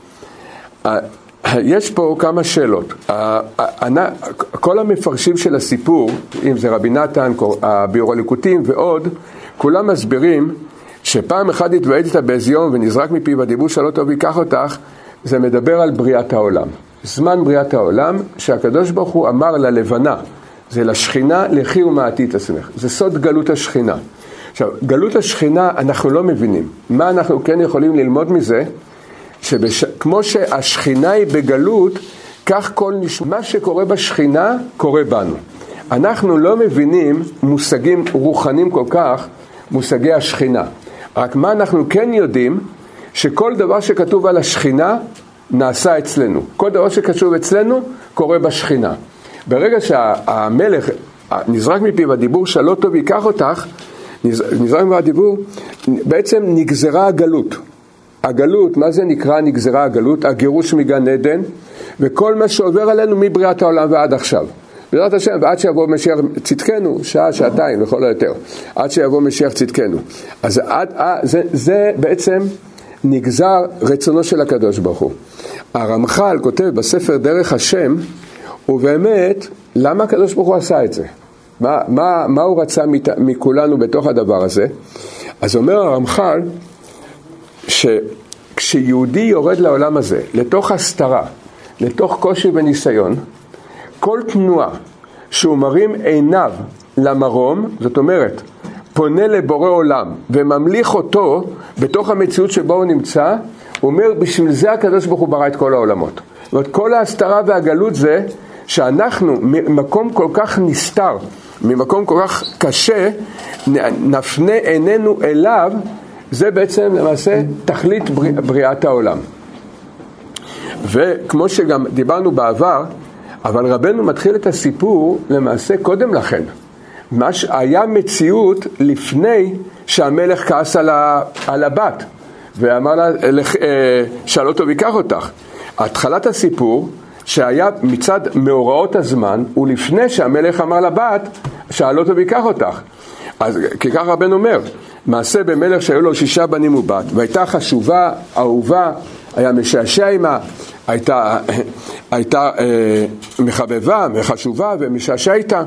יש פה כמה שאלות. כל המפרשים של הסיפור, אם זה רבי נתן, הביאור הליקוטים ועוד, כולם מסבירים שפעם אחד התוועד איתה בעזיו ונזרק מפיו הדיבור שלא טוב ייקח אותך, זה מדבר על בריאת העולם. זמן בריאת העולם שהקדוש ברוך הוא אמר ללבנה, זה לשכינה לכי ומעטי את עצמך. זה סוד גלות השכינה. עכשיו, גלות השכינה אנחנו לא מבינים. מה אנחנו כן יכולים ללמוד מזה? שכמו שהשכינה היא בגלות, כך כל נשמע, מה שקורה בשכינה קורה בנו. אנחנו לא מבינים מושגים רוחניים כל כך, מושגי השכינה. רק מה אנחנו כן יודעים, שכל דבר שכתוב על השכינה נעשה אצלנו. כל דבר שכתוב אצלנו קורה בשכינה. ברגע שהמלך נזרק מפיו הדיבור שלא טוב ייקח אותך, נזרק מפיו הדיבור, בעצם נגזרה הגלות. הגלות, מה זה נקרא נגזרה הגלות? הגירוש מגן עדן, וכל מה שעובר עלינו מבריאת העולם ועד עכשיו. בעזרת השם, ועד שיבוא משיח צדקנו, שעה, שעתיים, לכל היותר. עד שיבוא משיח צדקנו. אז עד, זה, זה בעצם נגזר רצונו של הקדוש ברוך הוא. הרמח"ל כותב בספר דרך השם, ובאמת, למה הקדוש ברוך הוא עשה את זה? מה, מה, מה הוא רצה מכולנו בתוך הדבר הזה? אז אומר הרמח"ל, שכשיהודי יורד לעולם הזה, לתוך הסתרה, לתוך קושי וניסיון, כל תנועה שהוא מרים עיניו למרום, זאת אומרת, פונה לבורא עולם וממליך אותו בתוך המציאות שבו הוא נמצא, הוא אומר, בשביל זה הקדוש ברוך הוא ברא את כל העולמות. זאת אומרת, כל ההסתרה והגלות זה שאנחנו ממקום כל כך נסתר, ממקום כל כך קשה, נפנה עינינו אליו, זה בעצם למעשה תכלית בריאת העולם. וכמו שגם דיברנו בעבר, אבל רבנו מתחיל את הסיפור למעשה קודם לכן. מה שהיה מציאות לפני שהמלך כעס על, ה, על הבת, ואמר לה, שאל אותו ויקח אותך. התחלת הסיפור שהיה מצד מאורעות הזמן, ולפני שהמלך אמר לבת, שאל אותו ויקח אותך. אז ככה רבנו אומר, מעשה במלך שהיו לו שישה בנים ובת, והייתה חשובה, אהובה, היה משעשע עמה, הייתה, הייתה אה, מחבבה, מחשובה ומשעשע איתה.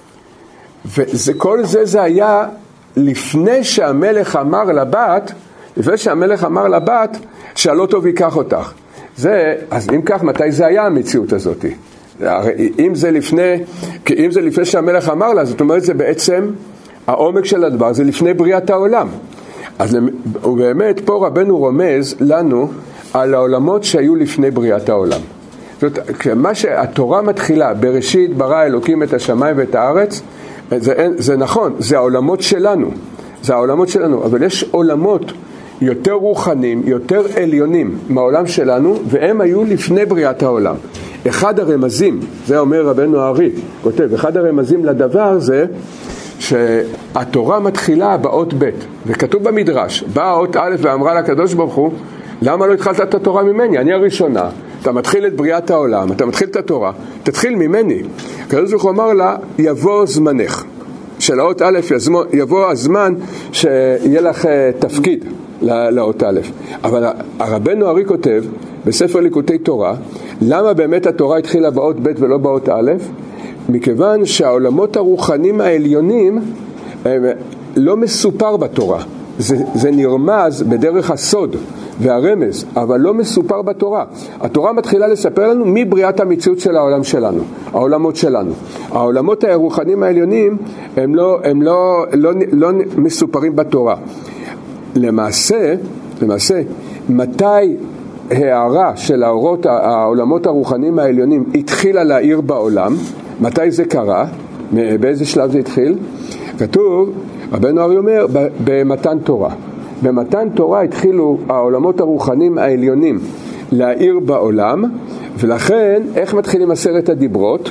וכל זה זה היה לפני שהמלך אמר לבת, לפני שהמלך אמר לבת, שאל אותו ויקח אותך. זה, אז אם כך, מתי זה היה המציאות הזאת? אם זה לפני, אם זה לפני שהמלך אמר לה, זאת אומרת, זה בעצם העומק של הדבר, זה לפני בריאת העולם. אז באמת, פה רבנו רומז לנו על העולמות שהיו לפני בריאת העולם. זאת אומרת, מה שהתורה מתחילה, בראשית ברא אלוקים את השמיים ואת הארץ, זה, זה נכון, זה העולמות שלנו, זה העולמות שלנו, אבל יש עולמות יותר רוחניים, יותר עליונים מהעולם שלנו, והם היו לפני בריאת העולם. אחד הרמזים, זה אומר רבנו הארי, כותב, אחד הרמזים לדבר זה שהתורה מתחילה באות ב', וכתוב במדרש, באה אות א' ואמרה לקדוש ברוך הוא, למה לא התחלת את התורה ממני? אני הראשונה, אתה מתחיל את בריאת העולם, אתה מתחיל את התורה, תתחיל ממני. הקדוש ברוך הוא אמר לה, יבוא זמנך, של האות א' יבוא הזמן שיהיה לך תפקיד לאות א'. אבל הרבנו הארי כותב בספר ליקוטי תורה, למה באמת התורה התחילה באות ב' ולא באות א'? מכיוון שהעולמות הרוחניים העליונים לא מסופר בתורה, זה, זה נרמז בדרך הסוד והרמז, אבל לא מסופר בתורה. התורה מתחילה לספר לנו מבריאת המציאות של העולם שלנו, העולמות שלנו. העולמות הרוחניים העליונים הם לא, הם לא, לא, לא, לא מסופרים בתורה. למעשה, למעשה, מתי הערה של האורות, העולמות הרוחניים העליונים התחילה להאיר בעולם? מתי זה קרה? באיזה שלב זה התחיל? כתוב, רבנו הארי אומר, במתן תורה. במתן תורה התחילו העולמות הרוחניים העליונים להאיר בעולם, ולכן איך מתחילים עשרת הדיברות?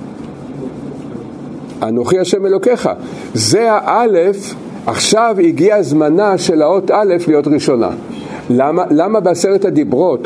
אנוכי השם אלוקיך. זה האלף, עכשיו הגיע הזמנה של האות א' להיות ראשונה. למה, למה בעשרת הדיברות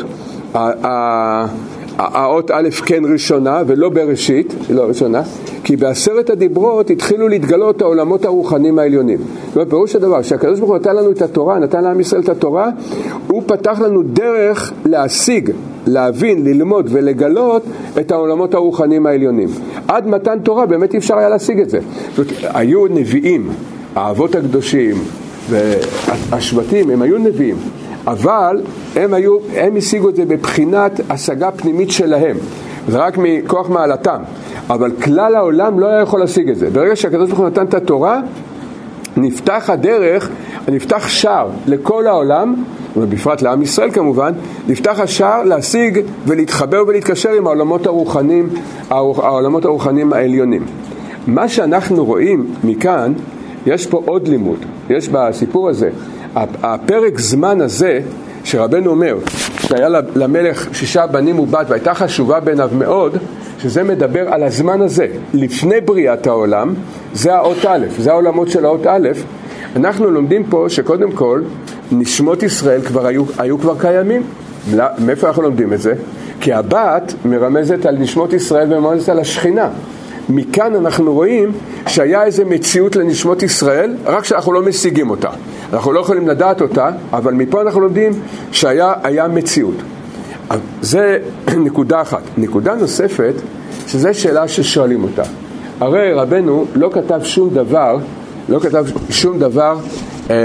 האות א' כן ראשונה ולא בראשית, לא ראשונה? כי בעשרת הדיברות התחילו להתגלות העולמות הרוחניים העליונים. ופירוש הדבר, שהקדוש ברוך הוא נתן לנו את התורה, נתן לעם ישראל את התורה, הוא פתח לנו דרך להשיג, להבין, ללמוד ולגלות את העולמות הרוחניים העליונים. עד מתן תורה באמת אי אפשר היה להשיג את זה. זאת אומרת, היו נביאים, האבות הקדושים והשבטים, הם היו נביאים, אבל הם, היו, הם השיגו את זה בבחינת השגה פנימית שלהם. זה רק מכוח מעלתם. אבל כלל העולם לא היה יכול להשיג את זה. ברגע שהקדוש ברוך הוא נתן את התורה, נפתח הדרך, נפתח שער לכל העולם, ובפרט לעם ישראל כמובן, נפתח השער להשיג ולהתחבר ולהתקשר עם העולמות הרוחניים, העולמות הרוחניים העליונים. מה שאנחנו רואים מכאן, יש פה עוד לימוד. יש בסיפור הזה, הפרק זמן הזה, שרבנו אומר, שהיה למלך שישה בנים ובת, והייתה חשובה בעיניו מאוד, שזה מדבר על הזמן הזה, לפני בריאת העולם, זה האות א', זה העולמות של האות א'. אנחנו לומדים פה שקודם כל, נשמות ישראל כבר היו, היו כבר קיימים. מאיפה אנחנו לומדים את זה? כי הבת מרמזת על נשמות ישראל ומרמזת על השכינה. מכאן אנחנו רואים שהיה איזה מציאות לנשמות ישראל, רק שאנחנו לא משיגים אותה. אנחנו לא יכולים לדעת אותה, אבל מפה אנחנו לומדים שהיה היה מציאות. זה נקודה אחת. נקודה נוספת, שזו שאלה ששואלים אותה. הרי רבנו לא כתב שום דבר, לא כתב שום דבר אה,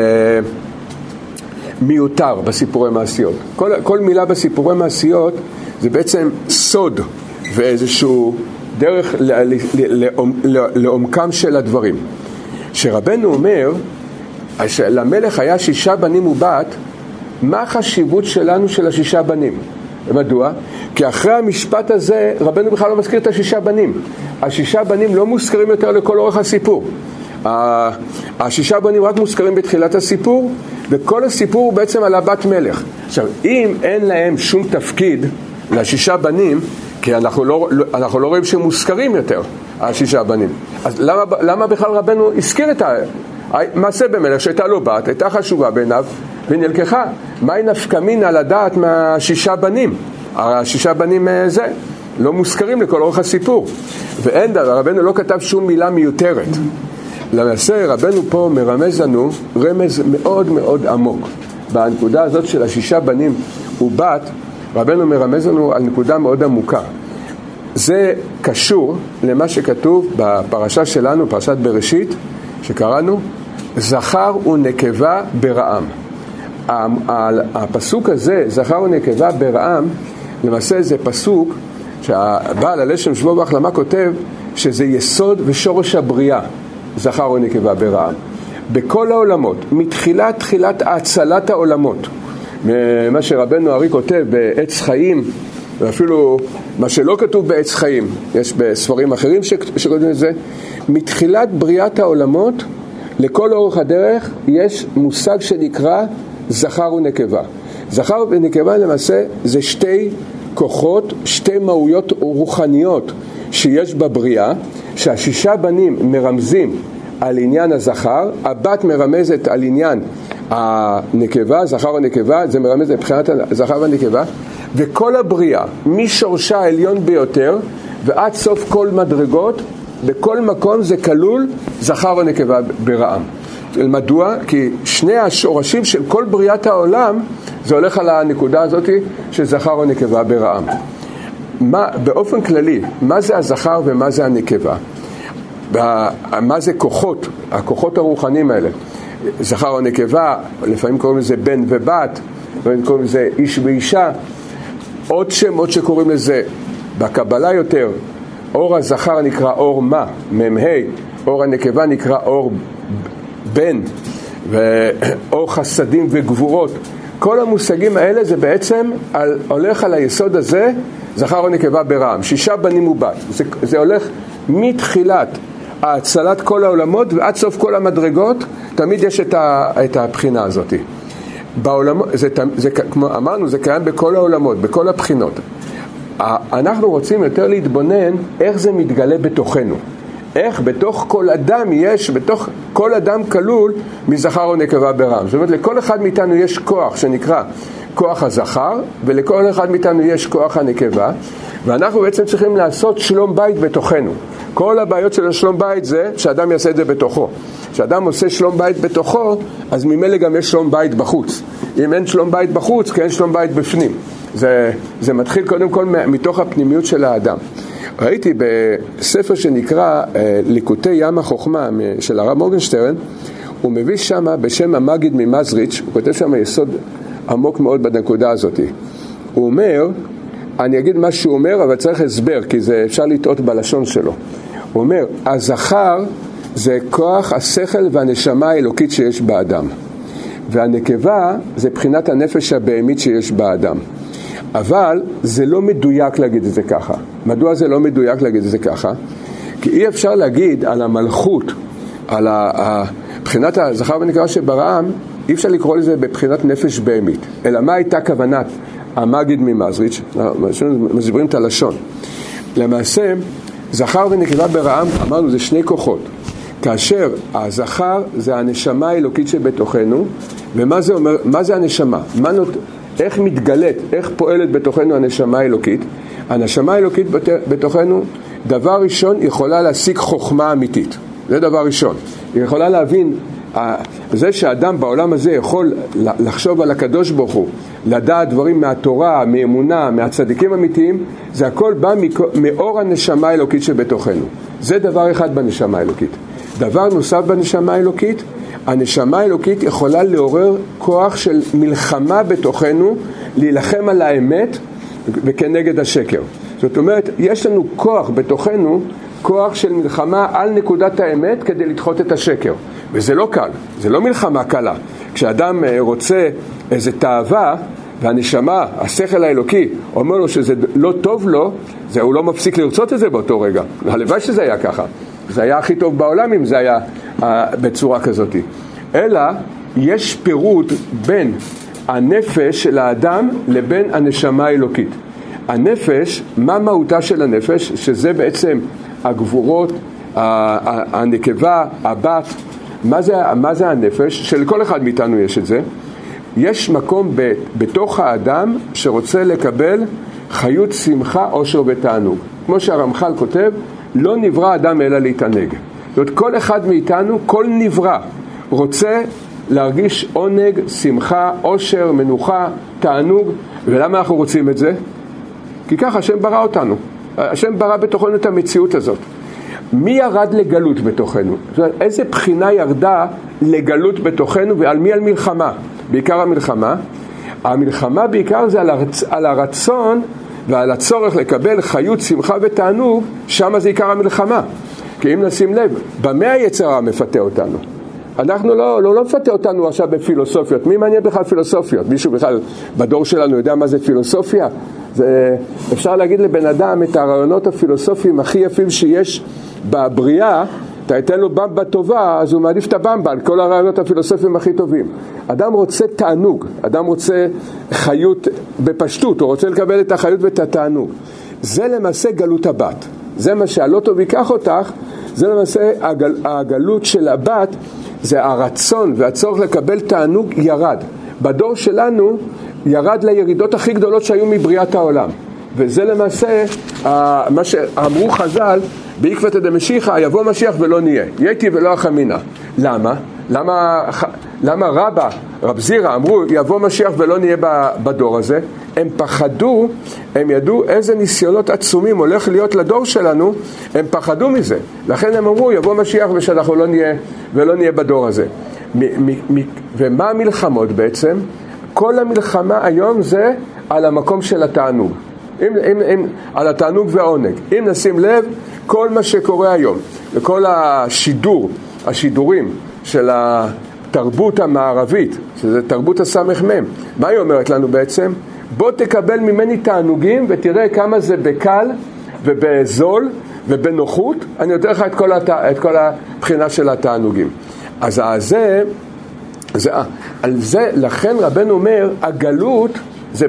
מיותר בסיפורי מעשיות. כל, כל מילה בסיפורי מעשיות זה בעצם סוד ואיזשהו דרך לעומקם של הדברים. שרבנו אומר, למלך היה שישה בנים ובת, מה החשיבות שלנו של השישה בנים? מדוע? כי אחרי המשפט הזה רבנו בכלל לא מזכיר את השישה בנים. השישה בנים לא מוזכרים יותר לכל אורך הסיפור. השישה בנים רק מוזכרים בתחילת הסיפור, וכל הסיפור הוא בעצם על הבת מלך. עכשיו, אם אין להם שום תפקיד לשישה בנים, כי אנחנו לא, אנחנו לא רואים שהם מוזכרים יותר, השישה בנים, אז למה, למה בכלל רבנו הזכיר את המעשה במלך שהייתה לו בת, הייתה חשובה בעיניו ונלקחה? מהי נפקא מינה לדעת מהשישה בנים? השישה בנים זה לא מוזכרים לכל אורך הסיפור, ואין דבר, רבנו לא כתב שום מילה מיותרת. למעשה רבנו פה מרמז לנו רמז מאוד מאוד עמוק בנקודה הזאת של השישה בנים ובת. רבנו מרמז לנו על נקודה מאוד עמוקה. זה קשור למה שכתוב בפרשה שלנו, פרשת בראשית, שקראנו, זכר ונקבה ברעם. הפסוק הזה, זכר ונקבה ברעם, למעשה זה פסוק שהבעל הלשם שבו בהחלמה כותב שזה יסוד ושורש הבריאה, זכר ונקבה ברעם. בכל העולמות, מתחילת תחילת הצלת העולמות, מה שרבנו ארי כותב בעץ חיים, ואפילו מה שלא כתוב בעץ חיים, יש בספרים אחרים שכותבים את זה, מתחילת בריאת העולמות, לכל אורך הדרך, יש מושג שנקרא זכר ונקבה. זכר ונקבה למעשה זה שתי כוחות, שתי מהויות רוחניות שיש בבריאה, שהשישה בנים מרמזים על עניין הזכר, הבת מרמזת על עניין הנקבה, זכר ונקבה, זה מרמז לבחינת הזכר והנקבה, וכל הבריאה, משורשה העליון ביותר ועד סוף כל מדרגות, בכל מקום זה כלול זכר ונקבה ברעם. מדוע? כי שני השורשים של כל בריאת העולם, זה הולך על הנקודה הזאת של זכר ונקבה ברעם. מה, באופן כללי, מה זה הזכר ומה זה הנקבה? מה זה כוחות, הכוחות הרוחניים האלה? זכר ונקבה, לפעמים קוראים לזה בן ובת, לפעמים קוראים לזה איש ואישה. עוד שמות שקוראים לזה בקבלה יותר, אור הזכר נקרא אור מה, ממהי, אור הנקבה נקרא אור בן, ואור חסדים וגבורות. כל המושגים האלה זה בעצם על, הולך על היסוד הזה, זכר ונקבה ברעם, שישה בנים ובת. זה, זה הולך מתחילת הצלת כל העולמות ועד סוף כל המדרגות, תמיד יש את, ה, את הבחינה הזאת. בעולמות, זה, זה, כמו אמרנו, זה קיים בכל העולמות, בכל הבחינות. אנחנו רוצים יותר להתבונן איך זה מתגלה בתוכנו. איך בתוך כל אדם יש, בתוך כל אדם כלול מזכר ונקבה ברעם. זאת אומרת, לכל אחד מאיתנו יש כוח שנקרא כוח הזכר, ולכל אחד מאיתנו יש כוח הנקבה, ואנחנו בעצם צריכים לעשות שלום בית בתוכנו. כל הבעיות של השלום בית זה שאדם יעשה את זה בתוכו. כשאדם עושה שלום בית בתוכו, אז ממילא גם יש שלום בית בחוץ. אם אין שלום בית בחוץ, כי אין שלום בית בפנים. זה, זה מתחיל קודם כל מתוך הפנימיות של האדם. ראיתי בספר שנקרא ליקוטי ים החוכמה של הרב מורגנשטרן, הוא מביא שם בשם המגיד ממזריץ', הוא כותב שם יסוד עמוק מאוד בנקודה הזאת. הוא אומר, אני אגיד מה שהוא אומר, אבל צריך הסבר, כי זה אפשר לטעות בלשון שלו. הוא אומר, הזכר זה כוח השכל והנשמה האלוקית שיש באדם. והנקבה זה בחינת הנפש הבהמית שיש באדם. אבל זה לא מדויק להגיד את זה ככה. מדוע זה לא מדויק להגיד את זה ככה? כי אי אפשר להגיד על המלכות, על בחינת הזכר והנקבה שברעם, אי אפשר לקרוא לזה בבחינת נפש בהמית. אלא מה הייתה כוונת המגיד ממזריץ', מסבירים את הלשון. למעשה, זכר ונקבה ברעם, אמרנו, זה שני כוחות. כאשר הזכר זה הנשמה האלוקית שבתוכנו, ומה זה אומר, מה זה הנשמה? מה נות... איך מתגלת, איך פועלת בתוכנו הנשמה האלוקית? הנשמה האלוקית בתוכנו, דבר ראשון, יכולה להשיג חוכמה אמיתית. זה דבר ראשון. היא יכולה להבין זה שאדם בעולם הזה יכול לחשוב על הקדוש ברוך הוא, לדעת דברים מהתורה, מאמונה, מהצדיקים אמיתיים, זה הכל בא מאור הנשמה האלוקית שבתוכנו. זה דבר אחד בנשמה האלוקית. דבר נוסף בנשמה האלוקית, הנשמה האלוקית יכולה לעורר כוח של מלחמה בתוכנו, להילחם על האמת וכנגד השקר. זאת אומרת, יש לנו כוח בתוכנו, כוח של מלחמה על נקודת האמת כדי לדחות את השקר. וזה לא קל, זה לא מלחמה קלה. כשאדם רוצה איזו תאווה, והנשמה, השכל האלוקי, אומר לו שזה לא טוב לו, זה, הוא לא מפסיק לרצות את זה באותו רגע. הלוואי שזה היה ככה. זה היה הכי טוב בעולם אם זה היה uh, בצורה כזאת. אלא יש פירוט בין הנפש של האדם לבין הנשמה האלוקית. הנפש, מה מהותה של הנפש? שזה בעצם הגבורות, הנקבה, הבת. מה זה, מה זה הנפש? שלכל אחד מאיתנו יש את זה. יש מקום ב, בתוך האדם שרוצה לקבל חיות, שמחה, עושר ותענוג. כמו שהרמח"ל כותב, לא נברא אדם אלא להתענג. זאת אומרת, כל אחד מאיתנו, כל נברא, רוצה להרגיש עונג, שמחה, עושר, מנוחה, תענוג. ולמה אנחנו רוצים את זה? כי ככה השם ברא אותנו. השם ברא בתוכנו את המציאות הזאת. מי ירד לגלות בתוכנו? זאת אומרת, איזה בחינה ירדה לגלות בתוכנו ועל מי? על מלחמה. בעיקר המלחמה. המלחמה בעיקר זה על, הרצ... על הרצון ועל הצורך לקבל חיות, שמחה ותענוג, שם זה עיקר המלחמה. כי אם נשים לב, במה היצר הרע מפתה אותנו? אנחנו לא, לא, לא מפתה אותנו עכשיו בפילוסופיות. מי מעניין בכלל פילוסופיות? מישהו בכלל בדור שלנו יודע מה זה פילוסופיה? זה, אפשר להגיד לבן אדם את הרעיונות הפילוסופיים הכי יפים שיש בבריאה, אתה ייתן לו במבה טובה, אז הוא מעדיף את הבמבה על כל הרעיונות הפילוסופיים הכי טובים. אדם רוצה תענוג, אדם רוצה חיות בפשטות, הוא רוצה לקבל את החיות ואת התענוג. זה למעשה גלות הבת. זה מה שהלא טוב ייקח אותך, זה למעשה הגל, הגלות של הבת, זה הרצון והצורך לקבל תענוג ירד. בדור שלנו ירד לירידות הכי גדולות שהיו מבריאת העולם. וזה למעשה מה שאמרו חז"ל, בעקבתא דמשיחא יבוא משיח ולא נהיה, יהייתי ולא אחמינה. למה? למה, למה רבא, רב זירא אמרו יבוא משיח ולא נהיה בדור הזה? הם פחדו, הם ידעו איזה ניסיונות עצומים הולך להיות לדור שלנו, הם פחדו מזה. לכן הם אמרו יבוא משיח ושאנחנו לא נהיה ולא נהיה בדור הזה. מ- מ- מ- ומה המלחמות בעצם? כל המלחמה היום זה על המקום של התענוג. אם, אם, אם, על התענוג והעונג. אם נשים לב, כל מה שקורה היום, וכל השידור, השידורים של התרבות המערבית, שזה תרבות הסמ"ם, מה היא אומרת לנו בעצם? בוא תקבל ממני תענוגים ותראה כמה זה בקל ובזול ובנוחות, אני נותן לך את כל, הת... את כל הבחינה של התענוגים. אז זה, זה, על זה, לכן רבנו אומר, הגלות זה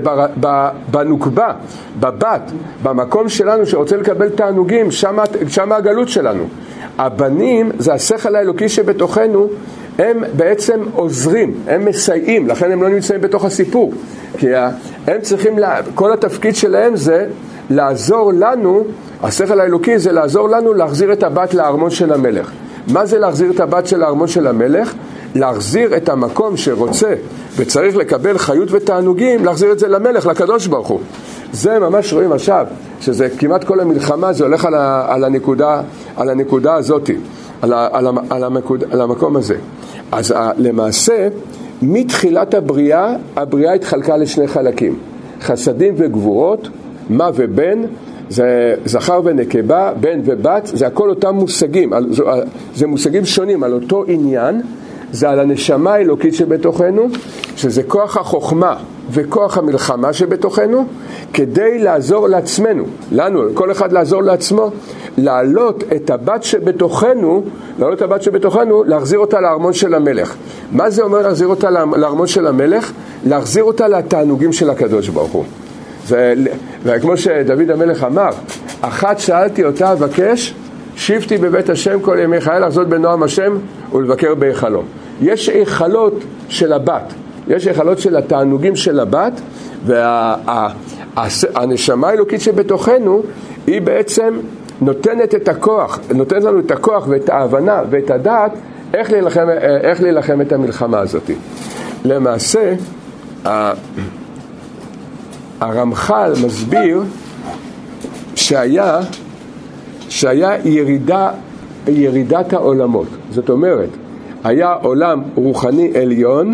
בנוקבה, בבת, במקום שלנו שרוצה לקבל תענוגים, שמה, שמה הגלות שלנו. הבנים זה השכל האלוקי שבתוכנו, הם בעצם עוזרים, הם מסייעים, לכן הם לא נמצאים בתוך הסיפור. כי הם צריכים, לה, כל התפקיד שלהם זה לעזור לנו, השכל האלוקי זה לעזור לנו להחזיר את הבת לארמון של המלך. מה זה להחזיר את הבת של הארמון של המלך? להחזיר את המקום שרוצה וצריך לקבל חיות ותענוגים, להחזיר את זה למלך, לקדוש ברוך הוא. זה ממש רואים עכשיו, שזה כמעט כל המלחמה, זה הולך על, ה, על, הנקודה, על הנקודה הזאת, על, ה, על, ה, על, המקוד, על המקום הזה. אז ה, למעשה, מתחילת הבריאה, הבריאה התחלקה לשני חלקים. חסדים וגבורות, מה ובן, זה זכר ונקבה, בן ובת, זה הכל אותם מושגים, זה, זה מושגים שונים על אותו עניין, זה על הנשמה האלוקית שבתוכנו, שזה כוח החוכמה וכוח המלחמה שבתוכנו, כדי לעזור לעצמנו, לנו, כל אחד לעזור לעצמו, להעלות את הבת שבתוכנו, להעלות את הבת שבתוכנו, להחזיר אותה לארמון של המלך. מה זה אומר להחזיר אותה לארמון של המלך? להחזיר אותה לתענוגים של הקדוש ברוך הוא. זה, וכמו שדוד המלך אמר, אחת שאלתי אותה אבקש, שבתי בבית השם כל ימי חיי, לחזות בנועם השם ולבקר בהיכלו. יש היכלות של הבת, יש היכלות של התענוגים של הבת, והנשמה האלוקית שבתוכנו היא בעצם נותנת את הכוח, נותנת לנו את הכוח ואת ההבנה ואת הדעת איך להילחם, איך להילחם את המלחמה הזאת? למעשה, הרמח"ל מסביר שהיה, שהיה ירידה, ירידת העולמות. זאת אומרת, היה עולם רוחני עליון,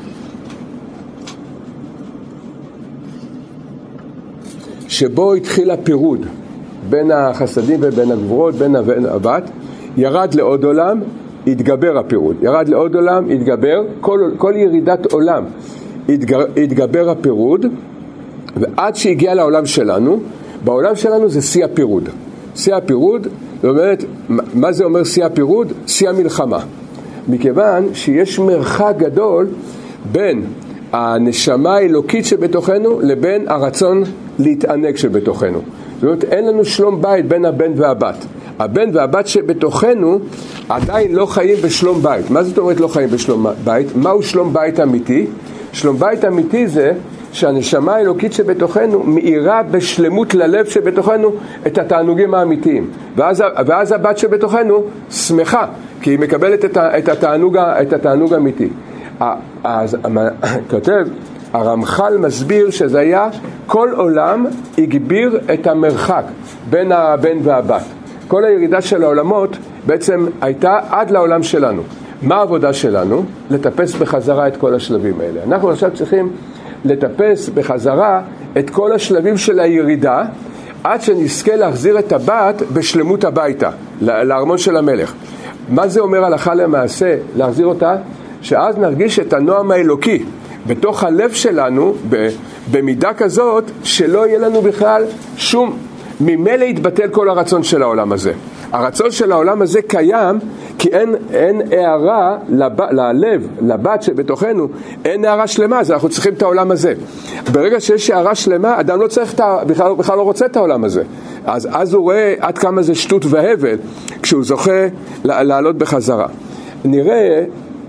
שבו התחיל הפירוד בין החסדים ובין הגבורות, בין הבן הבת, ירד לעוד עולם, התגבר הפירוד. ירד לעוד עולם, התגבר, כל, כל ירידת עולם התגבר, התגבר הפירוד, ועד שהגיע לעולם שלנו, בעולם שלנו זה שיא הפירוד. שיא הפירוד, זאת אומרת, מה זה אומר שיא הפירוד? שיא המלחמה. מכיוון שיש מרחק גדול בין הנשמה האלוקית שבתוכנו לבין הרצון להתענג שבתוכנו. זאת אומרת, אין לנו שלום בית בין הבן והבת. הבן והבת שבתוכנו עדיין לא חיים בשלום בית. מה זאת אומרת לא חיים בשלום בית? מהו שלום בית אמיתי? שלום בית אמיתי זה שהנשמה האלוקית שבתוכנו מאירה בשלמות ללב שבתוכנו את התענוגים האמיתיים. ואז, ואז הבת שבתוכנו שמחה, כי היא מקבלת את, את, התענוג, את התענוג האמיתי. אז כותב, הרמח"ל מסביר שזה היה, כל עולם הגביר את המרחק בין הבן והבת. כל הירידה של העולמות בעצם הייתה עד לעולם שלנו. מה העבודה שלנו? לטפס בחזרה את כל השלבים האלה. אנחנו עכשיו צריכים לטפס בחזרה את כל השלבים של הירידה, עד שנזכה להחזיר את הבת בשלמות הביתה, לארמון של המלך. מה זה אומר הלכה למעשה להחזיר אותה? שאז נרגיש את הנועם האלוקי בתוך הלב שלנו, במידה כזאת שלא יהיה לנו בכלל שום, ממילא יתבטל כל הרצון של העולם הזה. הרצון של העולם הזה קיים כי אין, אין הערה לב, ללב, לבת שבתוכנו, אין הערה שלמה, אז אנחנו צריכים את העולם הזה. ברגע שיש הערה שלמה, אדם לא צריך, בכלל, בכלל לא רוצה את העולם הזה. אז, אז הוא רואה עד כמה זה שטות והבל כשהוא זוכה לעלות בחזרה. נראה,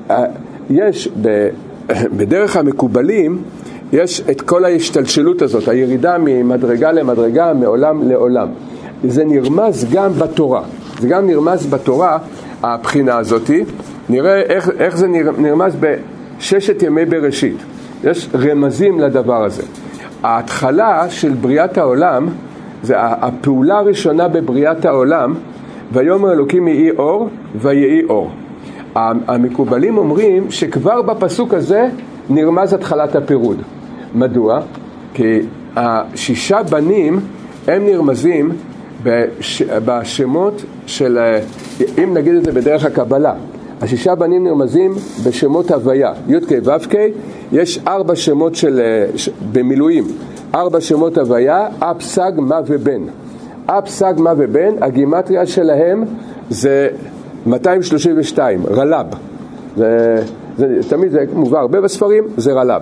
יש בדרך המקובלים, יש את כל ההשתלשלות הזאת, הירידה ממדרגה למדרגה, מעולם לעולם. זה נרמז גם בתורה. זה גם נרמז בתורה, הבחינה הזאת. נראה איך, איך זה נרמז בששת ימי בראשית. יש רמזים לדבר הזה. ההתחלה של בריאת העולם, זה הפעולה הראשונה בבריאת העולם, ויאמר אלוקים יהי אור, ויהי אור. המקובלים אומרים שכבר בפסוק הזה נרמז התחלת הפירוד. מדוע? כי השישה בנים הם נרמזים בש... בשמות של, אם נגיד את זה בדרך הקבלה, השישה בנים נרמזים בשמות הוויה, י' כ' ו' כ', יש ארבע שמות של, במילואים, ארבע שמות הוויה, אב, סג, מה ובן. אב, סג, מה ובן, הגימטריה שלהם זה מאתיים שלושים ושתיים, רלב. זה, זה, תמיד זה מובא הרבה בספרים, זה רלב.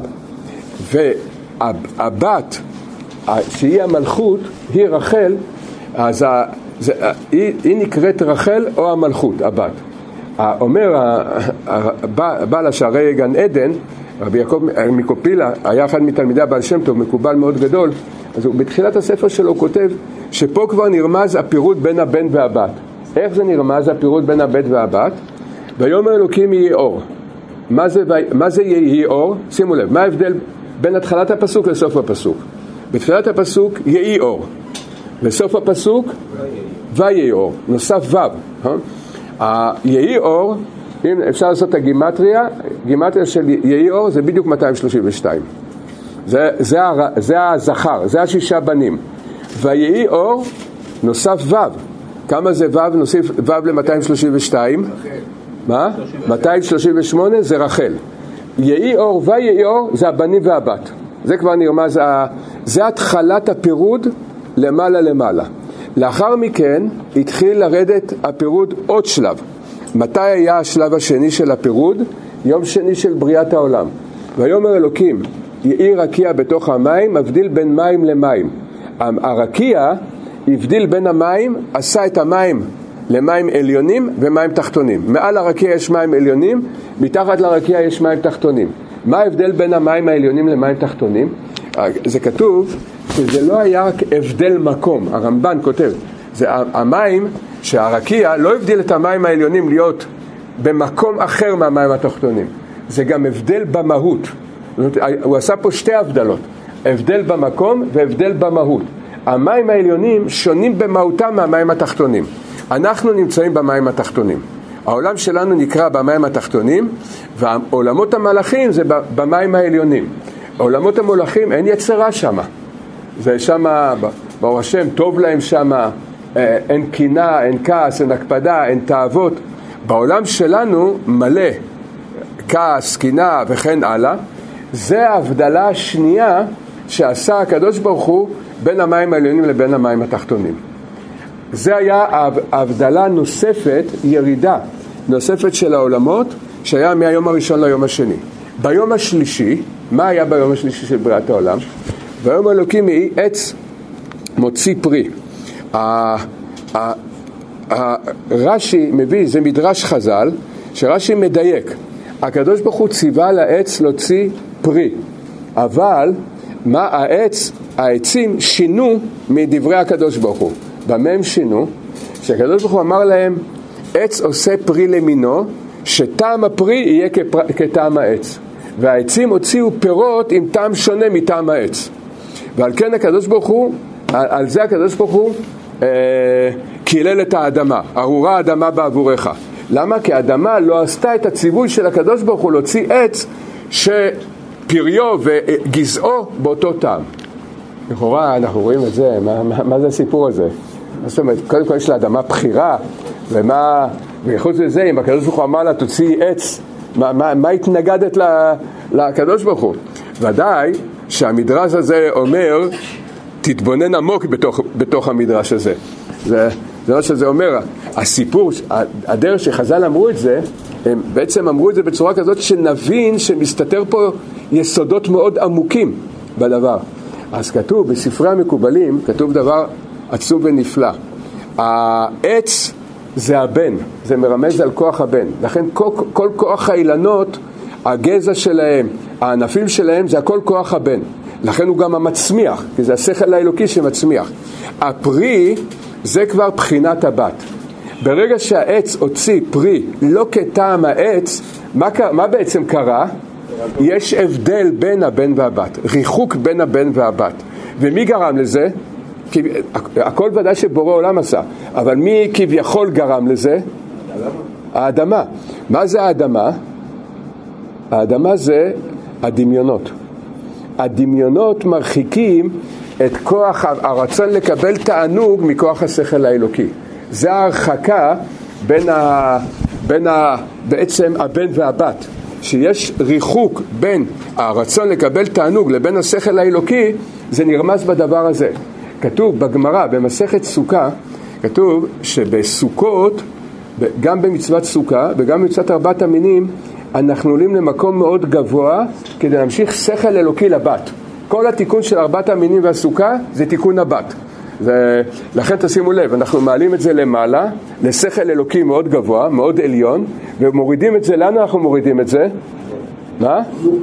והבת, שהיא המלכות, היא רחל, אז זה, היא, היא נקראת רחל או המלכות, הבת. אומר בעל השערי גן עדן, רבי יעקב מקופילה, היה אחד מתלמידי הבעל שם טוב, מקובל מאוד גדול, אז הוא בתחילת הספר שלו כותב שפה כבר נרמז הפירוד בין הבן והבת. איך זה נרמז הפירוד בין הבן והבת? ויאמר אלוקים יהי אור. מה זה, מה זה יהי אור? שימו לב, מה ההבדל בין התחלת הפסוק לסוף הפסוק? בתחילת הפסוק יהי אור, בסוף הפסוק ויהי אור, נוסף ו'. יהי אור, אם אפשר לעשות את הגימטריה, גימטריה של יהי אור זה בדיוק מאתיים שלושים ושתיים. זה, זה, זה הזכר, זה השישה בנים. ויהי אור נוסף ו'. כמה זה ו'? נוסיף ו' ל-מאתיים שלושים ושתיים. מה? מאתיים שלושים ושמונה זה רחל. יהי אור ויהי אור זה הבנים והבת. זה כבר נרמז, זה התחלת הפירוד למעלה למעלה. לאחר מכן התחיל לרדת הפירוד עוד שלב. מתי היה השלב השני של הפירוד? יום שני של בריאת העולם. ויאמר אלוקים יהי רקיע בתוך המים, מבדיל בין מים למים. הרקיע הבדיל בין המים, עשה את המים למים עליונים ומים תחתונים. מעל הרקיע יש מים עליונים, מתחת לרקיע יש מים תחתונים. מה ההבדל בין המים העליונים למים תחתונים? זה כתוב שזה לא היה רק הבדל מקום. הרמב"ן כותב, זה המים שהרקיע לא הבדיל את המים העליונים להיות במקום אחר מהמים התחתונים. זה גם הבדל במהות. הוא עשה פה שתי הבדלות, הבדל במקום והבדל במהות. המים העליונים שונים במהותם מהמים התחתונים. אנחנו נמצאים במים התחתונים. העולם שלנו נקרא במים התחתונים, ועולמות המלאכים זה במים העליונים. עולמות המלאכים אין יצרה שם. זה שם, ברוך השם, טוב להם שם, אין קינה, אין כעס, אין הקפדה, אין תאוות. בעולם שלנו מלא כעס, קינה וכן הלאה. זה ההבדלה השנייה שעשה הקדוש ברוך הוא בין המים העליונים לבין המים התחתונים. זה היה ההבדלה נוספת, ירידה נוספת של העולמות, שהיה מהיום הראשון ליום השני. ביום השלישי, מה היה ביום השלישי של בריאת העולם? ביום האלוקים היא עץ מוציא פרי. רש"י מביא, זה מדרש חז"ל, שרש"י מדייק. הקדוש ברוך הוא ציווה לעץ להוציא פרי, אבל מה העץ, העצים שינו מדברי הקדוש ברוך הוא. במה הם שינו? שהקדוש ברוך הוא אמר להם, עץ עושה פרי למינו, שטעם הפרי יהיה כפר, כטעם העץ. והעצים הוציאו פירות עם טעם שונה מטעם העץ. ועל כן הקדוש ברוך הוא, על, על זה הקדוש ברוך הוא אה, קילל את האדמה, ארורה האדמה בעבורך. למה? כי האדמה לא עשתה את הציווי של הקדוש ברוך הוא להוציא עץ שפריו וגזעו באותו טעם. לכאורה אנחנו רואים את זה, מה, מה, מה זה הסיפור הזה? זאת אומרת, קודם כל יש לאדמה בחירה, ומה, וחוץ לזה, אם הקדוש ברוך הוא אמר לה תוציא עץ, מה, מה, מה התנגדת לקדוש ברוך הוא? ודאי שהמדרש הזה אומר, תתבונן עמוק בתוך, בתוך המדרש הזה. זה, זה מה שזה אומר. הסיפור, הדרך שחז"ל אמרו את זה, הם בעצם אמרו את זה בצורה כזאת שנבין שמסתתר פה יסודות מאוד עמוקים בדבר. אז כתוב בספרי המקובלים, כתוב דבר עצום ונפלא. העץ זה הבן, זה מרמז על כוח הבן. לכן כל, כל כוח האילנות, הגזע שלהם, הענפים שלהם, זה הכל כוח הבן. לכן הוא גם המצמיח, כי זה השכל האלוקי שמצמיח. הפרי זה כבר בחינת הבת. ברגע שהעץ הוציא פרי לא כטעם העץ, מה, מה בעצם קרה? יש הבדל בין הבן והבת, ריחוק בין הבן והבת. ומי גרם לזה? כי הכל ודאי שבורא עולם עשה, אבל מי כביכול גרם לזה? האדמה. מה זה האדמה? האדמה זה הדמיונות. הדמיונות מרחיקים את כוח הרצון לקבל תענוג מכוח השכל האלוקי. זה ההרחקה בין ה... בין ה... בעצם הבן והבת. שיש ריחוק בין הרצון לקבל תענוג לבין השכל האלוקי, זה נרמז בדבר הזה. כתוב בגמרא, במסכת סוכה, כתוב שבסוכות, גם במצוות סוכה וגם במצוות ארבעת המינים, אנחנו עולים למקום מאוד גבוה כדי להמשיך שכל אלוקי לבת. כל התיקון של ארבעת המינים והסוכה זה תיקון הבת. ולכן תשימו לב, אנחנו מעלים את זה למעלה, לשכל אלוקי מאוד גבוה, מאוד עליון, ומורידים את זה, לנו אנחנו מורידים את זה? מה?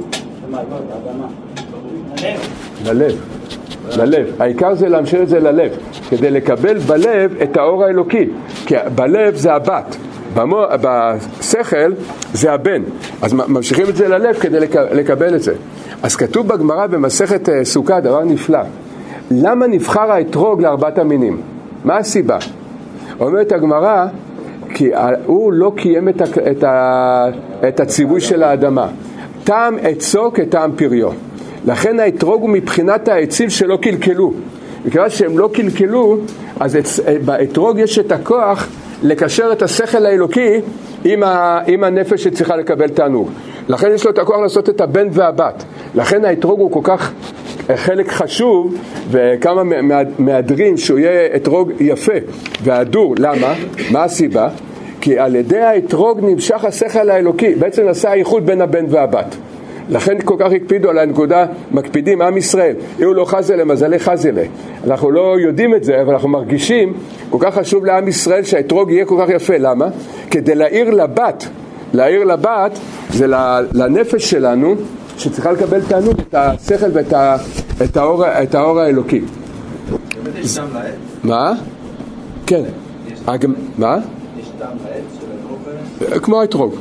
ללב. ללב. העיקר זה להמשיך את זה ללב, כדי לקבל בלב את האור האלוקי, כי בלב זה הבת, במו, בשכל זה הבן, אז ממשיכים את זה ללב כדי לקבל את זה. אז כתוב בגמרא במסכת סוכה דבר נפלא, למה נבחר האתרוג לארבעת המינים? מה הסיבה? אומרת הגמרא, כי הוא לא קיים את, ה, את, ה, את הציווי של האדמה, טעם עצו כטעם פריו. לכן האתרוג הוא מבחינת העצים שלא קלקלו. בגלל שהם לא קלקלו, אז באתרוג יש את הכוח לקשר את השכל האלוקי עם, ה, עם הנפש שצריכה לקבל תענוג. לכן יש לו את הכוח לעשות את הבן והבת. לכן האתרוג הוא כל כך חלק חשוב, וכמה מהדרים שהוא יהיה אתרוג יפה והדור. למה? מה הסיבה? כי על ידי האתרוג נמשך השכל האלוקי, בעצם נעשה הייחוד בין הבן והבת. לכן כל כך הקפידו על הנקודה, מקפידים עם ישראל, יהיו לו חזלה, מזלי חזלה. אנחנו לא יודעים את זה, אבל אנחנו מרגישים, כל כך חשוב לעם ישראל שהאתרוג יהיה כל כך יפה. למה? כדי להעיר לבת, להעיר לבת זה לנפש שלנו, שצריכה לקבל תענוג את השכל ואת ה, את האור, את האור האלוקי. יש טעם לעץ? מה? כן. יש מה? יש טעם לעץ של האופן? כמו האתרוג.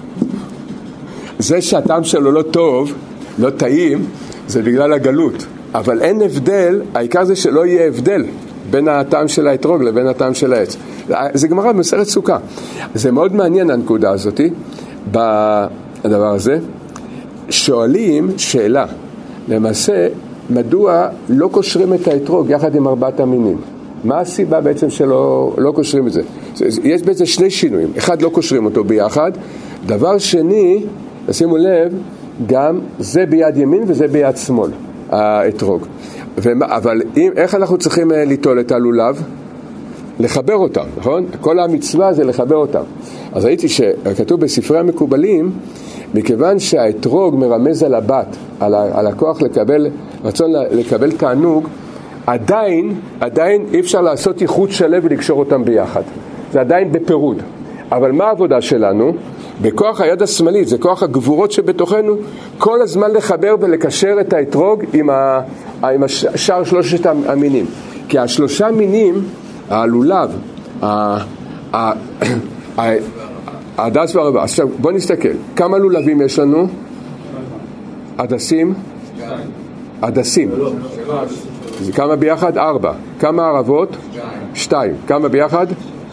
זה שהטעם שלו לא טוב, לא טעים, זה בגלל הגלות. אבל אין הבדל, העיקר זה שלא יהיה הבדל בין הטעם של האתרוג לבין הטעם של העץ. זה גמרא במסכת סוכה. זה מאוד מעניין הנקודה הזאת, בדבר הזה. שואלים שאלה, למעשה, מדוע לא קושרים את האתרוג יחד עם ארבעת המינים? מה הסיבה בעצם שלא לא קושרים את זה? יש בזה שני שינויים. אחד, לא קושרים אותו ביחד. דבר שני, שימו לב, גם זה ביד ימין וזה ביד שמאל, האתרוג. אבל אם, איך אנחנו צריכים ליטול את הלולב? לחבר אותם, נכון? כל המצווה זה לחבר אותם. אז ראיתי שכתוב בספרי המקובלים, מכיוון שהאתרוג מרמז על הבת, על, ה, על הכוח לקבל, רצון לקבל תענוג, עדיין, עדיין אי אפשר לעשות איחוד שלב ולקשור אותם ביחד. זה עדיין בפירוד. אבל מה העבודה שלנו? בכוח היד השמאלית, זה כוח הגבורות שבתוכנו, כל הזמן לחבר ולקשר את האתרוג עם, ה, עם השאר שלושת המינים. כי השלושה מינים, הלולב, הדס והרבע. עכשיו בוא נסתכל, כמה לולבים יש לנו? הדסים? הדסים. זה כמה ביחד? ארבע. כמה ערבות? שתיים. כמה ביחד?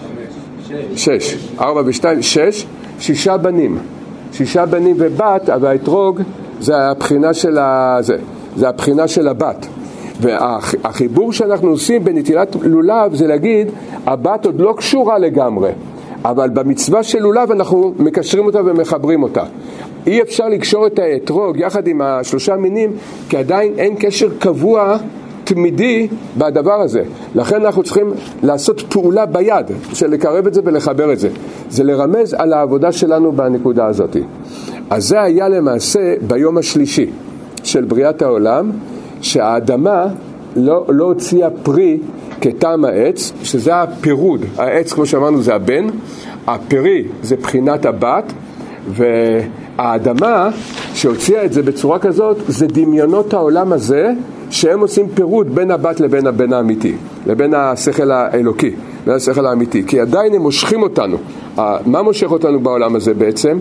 שש. ארבע ושתיים, שש. שישה בנים. שישה בנים ובת, אבל האתרוג זה הבחינה של ה... זה, זה הבחינה של הבת. והחיבור שאנחנו עושים בנטילת לולב זה להגיד, הבת עוד לא קשורה לגמרי, אבל במצווה של לולב אנחנו מקשרים אותה ומחברים אותה. אי אפשר לקשור את האתרוג יחד עם השלושה מינים, כי עדיין אין קשר קבוע תמידי בדבר הזה. לכן אנחנו צריכים לעשות פעולה ביד של לקרב את זה ולחבר את זה. זה לרמז על העבודה שלנו בנקודה הזאת. אז זה היה למעשה ביום השלישי של בריאת העולם, שהאדמה לא, לא הוציאה פרי כטעם העץ, שזה הפירוד. העץ, כמו שאמרנו, זה הבן, הפרי זה בחינת הבת, והאדמה שהוציאה את זה בצורה כזאת, זה דמיונות העולם הזה, שהם עושים פירוד בין הבת לבין הבן האמיתי, לבין השכל האלוקי, לבין השכל האמיתי, כי עדיין הם מושכים אותנו. מה מושך אותנו בעולם הזה בעצם?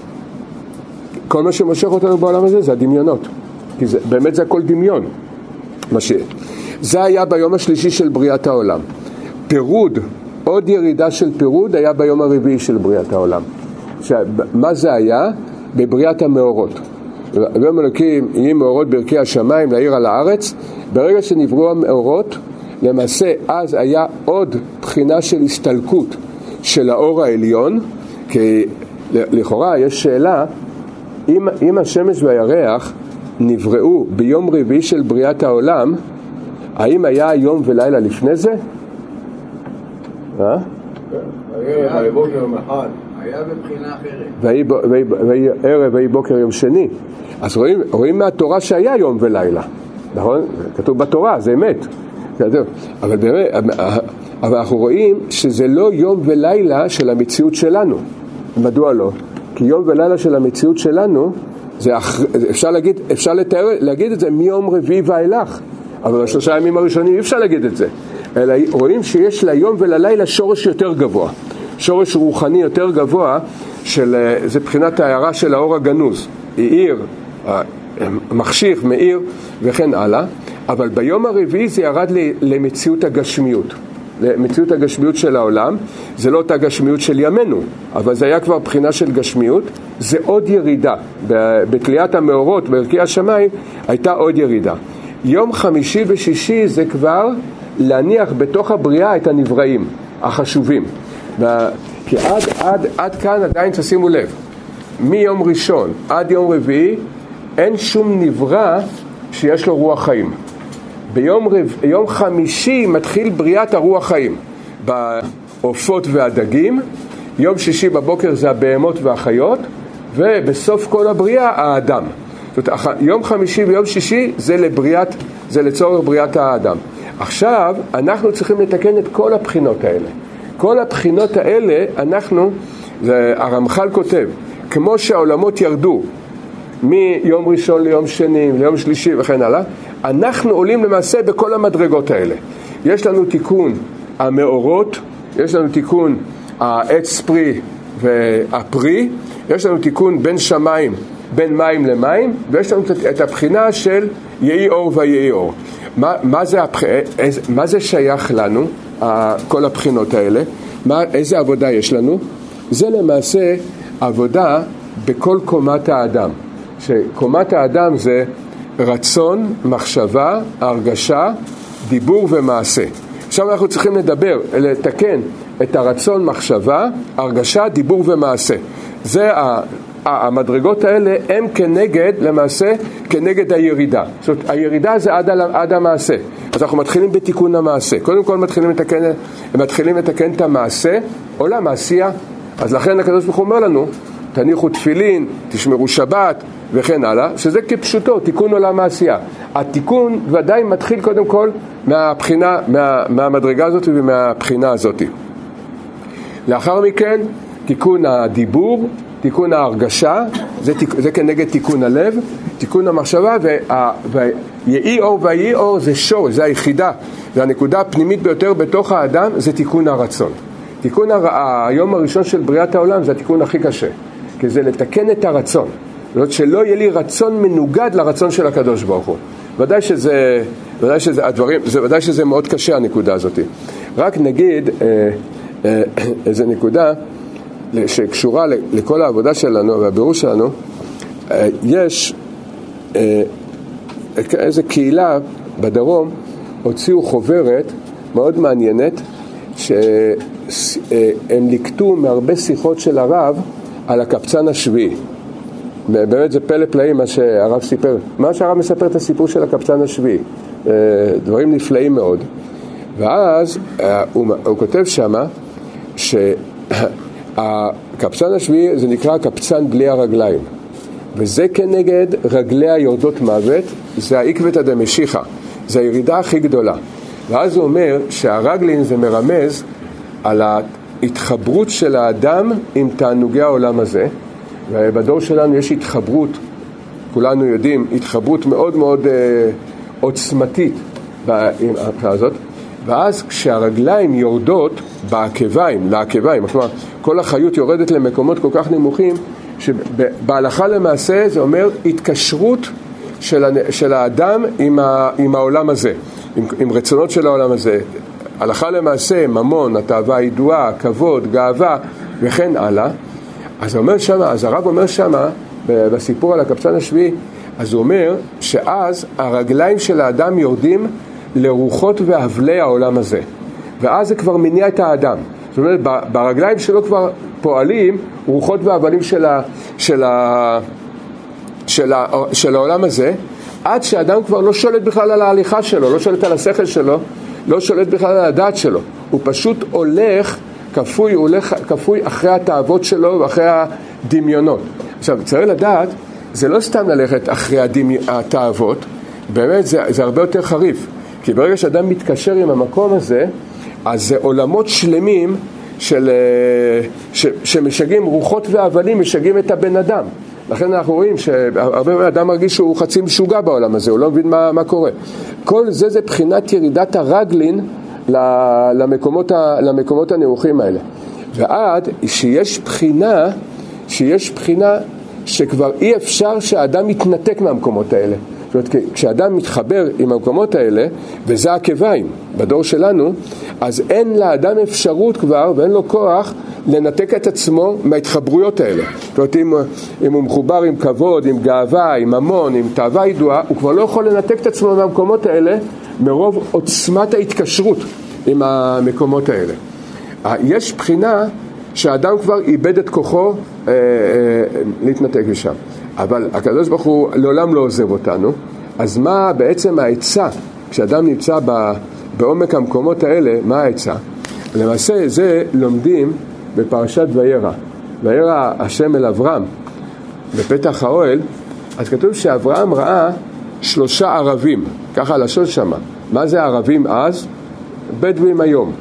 כל מה שמושך אותנו בעולם הזה זה הדמיונות. כי זה, באמת זה הכל דמיון. מה ש... זה היה ביום השלישי של בריאת העולם. פירוד, עוד ירידה של פירוד, היה ביום הרביעי של בריאת העולם. ש... מה זה היה? בבריאת המאורות. ביום אלוקים יהיו מאורות ברכי השמיים להאיר על הארץ. ברגע שנבראו המאורות, למעשה אז היה עוד בחינה של הסתלקות של האור העליון, כי לכאורה יש שאלה, אם, אם השמש והירח נבראו ביום רביעי של בריאת העולם, האם היה יום ולילה לפני זה? אה? היה בוקר אחד, היה בבחינה אחרת. והיא ערב, והיא בוקר יום שני. אז רואים, רואים מהתורה שהיה יום ולילה, נכון? כתוב בתורה, זה אמת. אבל באמת, אבל אנחנו רואים שזה לא יום ולילה של המציאות שלנו. מדוע לא? כי יום ולילה של המציאות שלנו, זה אפשר להגיד, אפשר לתאר, להגיד את זה מיום רביעי ואילך, אבל בשלושה ימים הראשונים אי אפשר להגיד את זה. אלא רואים שיש ליום וללילה שורש יותר גבוה, שורש רוחני יותר גבוה, של, זה בחינת ההערה של האור הגנוז, העיר, מחשיך, מאיר וכן הלאה. אבל ביום הרביעי זה ירד למציאות הגשמיות, למציאות הגשמיות של העולם. זה לא אותה גשמיות של ימינו, אבל זה היה כבר בחינה של גשמיות. זה עוד ירידה, בתליית המאורות בערכי השמיים הייתה עוד ירידה. יום חמישי ושישי זה כבר להניח בתוך הבריאה את הנבראים החשובים. כי עד, עד, עד כאן עדיין תשימו לב, מיום ראשון עד יום רביעי אין שום נברא שיש לו רוח חיים. ביום רב... יום חמישי מתחיל בריאת הרוח חיים בעופות והדגים, יום שישי בבוקר זה הבהמות והחיות, ובסוף כל הבריאה האדם. זאת אומרת, יום חמישי ויום שישי זה לבריאת, זה לצורך בריאת האדם. עכשיו אנחנו צריכים לתקן את כל הבחינות האלה. כל הבחינות האלה אנחנו, זה הרמח"ל כותב, כמו שהעולמות ירדו מיום ראשון ליום שני, ליום שלישי וכן הלאה, אנחנו עולים למעשה בכל המדרגות האלה. יש לנו תיקון המאורות, יש לנו תיקון העץ פרי והפרי, יש לנו תיקון בין שמיים, בין מים למים, ויש לנו את הבחינה של יהי אור ויהי אור. מה, מה, זה, הבח... מה זה שייך לנו, כל הבחינות האלה? מה, איזה עבודה יש לנו? זה למעשה עבודה בכל קומת האדם. שקומת האדם זה רצון, מחשבה, הרגשה, דיבור ומעשה. עכשיו אנחנו צריכים לדבר, לתקן את הרצון, מחשבה, הרגשה, דיבור ומעשה. זה ה... המדרגות האלה הם כנגד, למעשה, כנגד הירידה. זאת אומרת, הירידה זה עד, עד המעשה. אז אנחנו מתחילים בתיקון המעשה. קודם כל מתחילים לתקן, מתחילים לתקן את המעשה, עולם העשייה. אז לכן הקדוש ברוך הוא אומר לנו, תניחו תפילין, תשמרו שבת, וכן הלאה, שזה כפשוטו, תיקון עולם העשייה. התיקון ודאי מתחיל קודם כל מהבחינה, מה, מהמדרגה הזאת ומהבחינה הזאת. לאחר מכן, תיקון הדיבור, תיקון ההרגשה, זה, זה כנגד תיקון הלב, תיקון המחשבה, ויהי אור ויהי אור זה שור, זה היחידה, זה הנקודה הפנימית ביותר בתוך האדם, זה תיקון הרצון. תיקון הר... היום הראשון של בריאת העולם זה התיקון הכי קשה, כי זה לתקן את הרצון, זאת אומרת שלא יהיה לי רצון מנוגד לרצון של הקדוש ברוך הוא. ודאי שזה, ודאי שזה, הדברים, זה, ודאי שזה מאוד קשה הנקודה הזאת. רק נגיד אה, אה, איזה נקודה, שקשורה לכל העבודה שלנו והבירור שלנו, יש איזו קהילה בדרום, הוציאו חוברת מאוד מעניינת, שהם לקטו מהרבה שיחות של הרב על הקבצן השביעי. באמת זה פלא פלאים מה שהרב סיפר, מה שהרב מספר את הסיפור של הקבצן השביעי, דברים נפלאים מאוד. ואז הוא, הוא כותב שמה ש... הקבצן השביעי זה נקרא קבצן בלי הרגליים, וזה כנגד רגלי היורדות מוות, זה העקבתא דמשיחא, זה הירידה הכי גדולה. ואז הוא אומר שהרגלין זה מרמז על ההתחברות של האדם עם תענוגי העולם הזה, ובדור שלנו יש התחברות, כולנו יודעים, התחברות מאוד מאוד אה, עוצמתית בהבחינה הזאת. ואז כשהרגליים יורדות בעקביים, לעקביים, כלומר, כל החיות יורדת למקומות כל כך נמוכים, שבהלכה למעשה זה אומר התקשרות של, של האדם עם, ה, עם העולם הזה, עם, עם רצונות של העולם הזה. הלכה למעשה, ממון, התאווה הידועה, כבוד, גאווה, וכן הלאה. אז, אומר שמה, אז הרב אומר שמה, בסיפור על הקבצן השביעי, אז הוא אומר שאז הרגליים של האדם יורדים לרוחות והבלי העולם הזה, ואז זה כבר מניע את האדם. זאת אומרת, ברגליים שלו כבר פועלים רוחות והבלים של, ה, של, ה, של, ה, של העולם הזה, עד שהאדם כבר לא שולט בכלל על ההליכה שלו, לא שולט על השכל שלו, לא שולט בכלל על הדעת שלו, הוא פשוט הולך כפוי, הוא הולך כפוי אחרי התאוות שלו ואחרי הדמיונות. עכשיו, צריך לדעת, זה לא סתם ללכת אחרי הדמי, התאוות, באמת זה, זה הרבה יותר חריף. כי ברגע שאדם מתקשר עם המקום הזה, אז זה עולמות שלמים של, ש, שמשגעים, רוחות והבלים משגעים את הבן אדם. לכן אנחנו רואים שהרבה אדם מרגיש שהוא חצי משוגע בעולם הזה, הוא לא מבין מה, מה קורה. כל זה זה בחינת ירידת הרגלין למקומות, למקומות הנמוכים האלה. ועד שיש בחינה, שיש בחינה שכבר אי אפשר שהאדם יתנתק מהמקומות האלה. זאת אומרת, כשאדם מתחבר עם המקומות האלה, וזה העקביים בדור שלנו, אז אין לאדם אפשרות כבר, ואין לו כוח לנתק את עצמו מההתחברויות האלה. זאת אומרת, אם, אם הוא מחובר עם כבוד, עם גאווה, עם ממון, עם תאווה ידועה, הוא כבר לא יכול לנתק את עצמו מהמקומות האלה, מרוב עוצמת ההתקשרות עם המקומות האלה. יש בחינה שהאדם כבר איבד את כוחו אה, אה, להתנתק משם. אבל הקדוש ברוך הוא לעולם לא עוזב אותנו, אז מה בעצם העצה, כשאדם נמצא בעומק המקומות האלה, מה העצה? למעשה זה לומדים בפרשת וירא. וירא השם אל אברהם, בפתח האוהל, אז כתוב שאברהם ראה שלושה ערבים, ככה לשון שמה. מה זה ערבים אז? בדואים היום,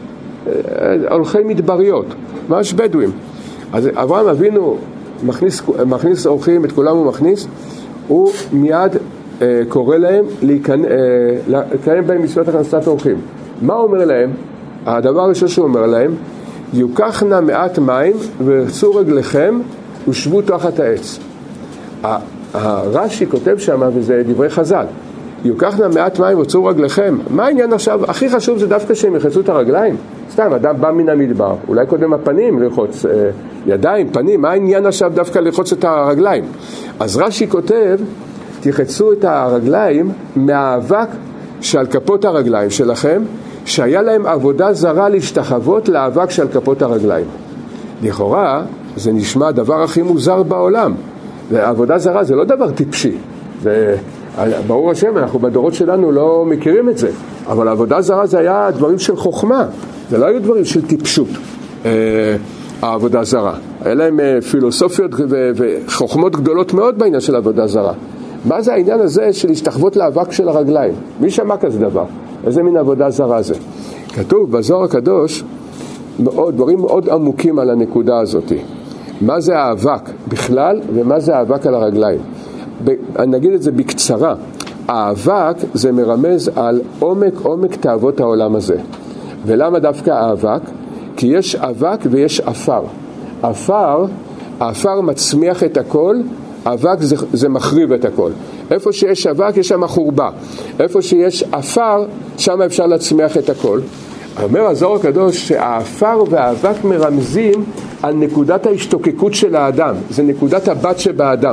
הולכי מדבריות, ממש בדואים. אז אברהם אבינו מכניס, מכניס אורחים, את כולם הוא מכניס, הוא מיד אה, קורא להם להיכנ... אה, לקיים בהם מצוות הכנסת אורחים. מה הוא אומר להם? הדבר הראשון שהוא אומר להם, יוקחנה מעט מים ורצו רגליכם ושבו תחת העץ. הרש"י כותב שם, וזה דברי חז"ל, יוקחנה מעט מים ורצו רגליכם. מה העניין עכשיו? הכי חשוב זה דווקא שהם יחצו את הרגליים. סתם, אדם בא מן המדבר, אולי קודם הפנים ללחוץ, ידיים, פנים, מה העניין עכשיו דווקא ללחוץ את הרגליים? אז רש"י כותב, תחצו את הרגליים מהאבק שעל כפות הרגליים שלכם, שהיה להם עבודה זרה להשתחוות לאבק שעל כפות הרגליים. לכאורה, זה נשמע הדבר הכי מוזר בעולם. ועבודה זרה זה לא דבר טיפשי. זה, ברור השם, אנחנו בדורות שלנו לא מכירים את זה. אבל עבודה זרה זה היה דברים של חוכמה. זה לא היו דברים של טיפשות, העבודה זרה. היה להם פילוסופיות וחוכמות גדולות מאוד בעניין של עבודה זרה. מה זה העניין הזה של להשתחוות לאבק של הרגליים? מי שמע כזה דבר? איזה מין עבודה זרה זה? כתוב בזוהר הקדוש מאוד, דברים מאוד עמוקים על הנקודה הזאת. מה זה האבק בכלל ומה זה האבק על הרגליים? נגיד את זה בקצרה. האבק זה מרמז על עומק עומק תאוות העולם הזה. ולמה דווקא האבק? כי יש אבק ויש אפר. אפר, האפר מצמיח את הכל, אבק זה, זה מחריב את הכל. איפה שיש אבק יש שם חורבה. איפה שיש אפר, שם אפשר להצמיח את הכל. אומר הזוהר הקדוש שהאפר והאבק מרמזים על נקודת ההשתוקקות של האדם. זה נקודת הבת שבאדם.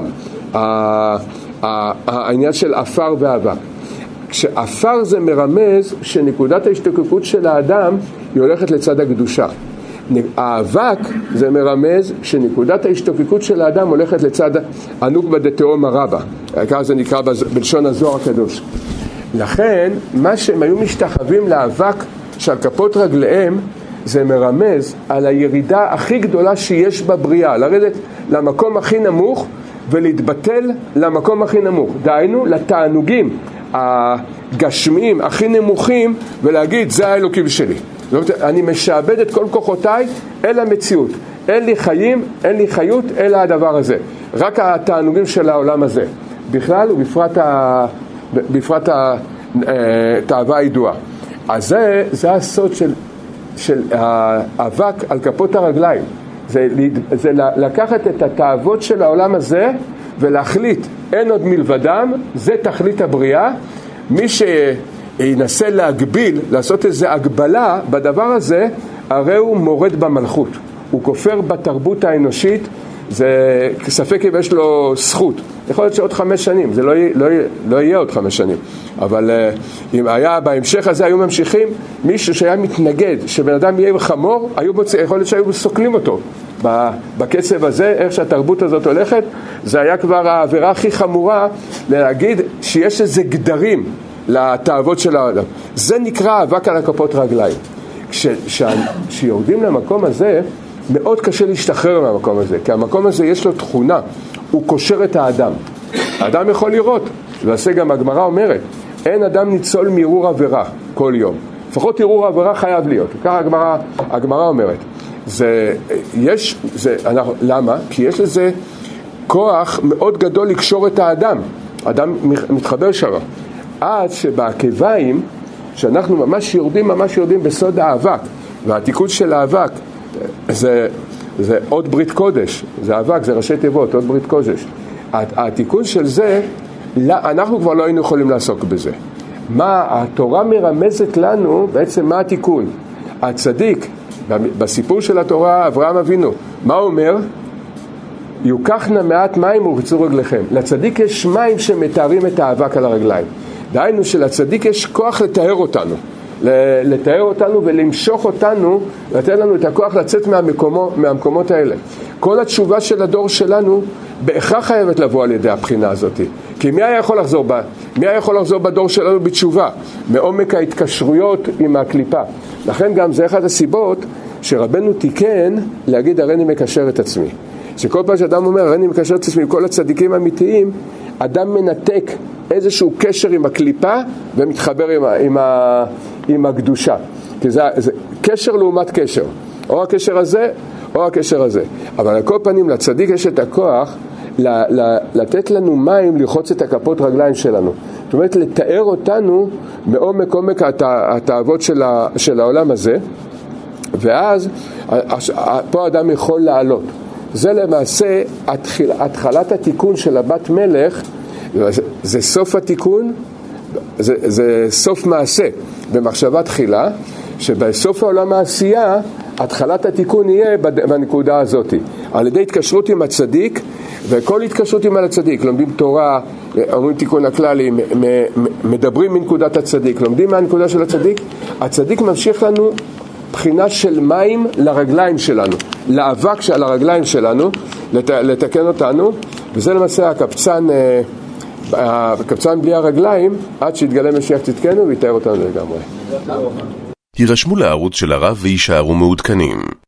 העניין של אפר ואבק. כשאפר זה מרמז שנקודת ההשתוקקות של האדם היא הולכת לצד הקדושה. האבק זה מרמז שנקודת ההשתוקקות של האדם הולכת לצד הנוקבה דתהום הרבה. ככה זה נקרא בלשון הזוהר הקדוש. לכן מה שהם היו משתחווים לאבק שעל כפות רגליהם זה מרמז על הירידה הכי גדולה שיש בבריאה, לרדת למקום הכי נמוך ולהתבטל למקום הכי נמוך, דהיינו לתענוגים הגשמיים הכי נמוכים, ולהגיד זה האלוקים שלי. זאת אומרת, אני משעבד את כל כוחותיי אל המציאות, אין לי חיים, אין לי חיות אלא הדבר הזה, רק התענוגים של העולם הזה בכלל ובפרט ה... בפרט התאווה הידועה. אז זה, זה הסוד של, של האבק על כפות הרגליים. זה, זה לקחת את התאוות של העולם הזה ולהחליט אין עוד מלבדם, זה תכלית הבריאה. מי שינסה להגביל, לעשות איזו הגבלה בדבר הזה, הרי הוא מורד במלכות, הוא כופר בתרבות האנושית. זה ספק אם יש לו זכות. יכול להיות שעוד חמש שנים, זה לא, לא, לא יהיה עוד חמש שנים, אבל uh, אם היה בהמשך הזה היו ממשיכים, מישהו שהיה מתנגד שבן אדם יהיה חמור, היו בוצע, יכול להיות שהיו סוקלים אותו בקצב הזה. איך שהתרבות הזאת הולכת, זה היה כבר העבירה הכי חמורה להגיד שיש איזה גדרים לתאוות של האדם. זה נקרא אבק על הכפות רגליים. כשיורדים למקום הזה מאוד קשה להשתחרר מהמקום הזה, כי המקום הזה יש לו תכונה, הוא קושר את האדם. האדם יכול לראות, ועשה גם הגמרא אומרת, אין אדם ניצול מערעור עבירה כל יום. לפחות ערעור עבירה חייב להיות. ככה הגמרא, הגמרא אומרת. זה, יש, זה, אנחנו, למה? כי יש לזה כוח מאוד גדול לקשור את האדם. האדם מתחבר שם. עד שבעקביים, שאנחנו ממש יורדים, ממש יורדים בסוד האבק, והתיקון של האבק, זה, זה עוד ברית קודש, זה אבק, זה ראשי תיבות, עוד ברית קודש. התיקון של זה, אנחנו כבר לא היינו יכולים לעסוק בזה. מה התורה מרמזת לנו, בעצם מה התיקון? הצדיק, בסיפור של התורה, אברהם אבינו, מה הוא אומר? יוקחנה מעט מים ורצו רגליכם. לצדיק יש מים שמתארים את האבק על הרגליים. דהיינו שלצדיק יש כוח לתאר אותנו. לתאר אותנו ולמשוך אותנו, לתת לנו את הכוח לצאת מהמקומות, מהמקומות האלה. כל התשובה של הדור שלנו בהכרח חייבת לבוא על ידי הבחינה הזאת. כי מי היה יכול לחזור בה? מי היה יכול לחזור בדור שלנו בתשובה? מעומק ההתקשרויות עם הקליפה. לכן גם זה אחד הסיבות שרבנו תיקן להגיד הרי אני מקשר את עצמי. שכל פעם שאדם אומר הרי אני מקשר את עצמי עם כל הצדיקים האמיתיים, אדם מנתק איזשהו קשר עם הקליפה ומתחבר עם, עם, עם הקדושה. כי זה, זה קשר לעומת קשר. או הקשר הזה או הקשר הזה. אבל על כל פנים לצדיק יש את הכוח ל, ל, לתת לנו מים ללחוץ את הכפות רגליים שלנו. זאת אומרת לתאר אותנו מעומק עומק התאוות של, ה, של העולם הזה. ואז פה האדם יכול לעלות. זה למעשה התחיל, התחלת התיקון של הבת מלך, זה, זה סוף התיקון, זה, זה סוף מעשה במחשבה תחילה, שבסוף העולם העשייה התחלת התיקון יהיה בנקודה הזאת, על ידי התקשרות עם הצדיק, וכל התקשרות עם הצדיק, לומדים תורה, אומרים תיקון הכללי, מדברים מנקודת הצדיק, לומדים מהנקודה של הצדיק, הצדיק ממשיך לנו בחינה של מים לרגליים שלנו, לאבק שעל הרגליים שלנו, לת, לתקן אותנו, וזה למעשה הקבצן, הקבצן בלי הרגליים, עד שיתגלה משיח צדקנו ויתאר אותנו לגמרי. הירשמו לערוץ של הרב וישארו מעודכנים.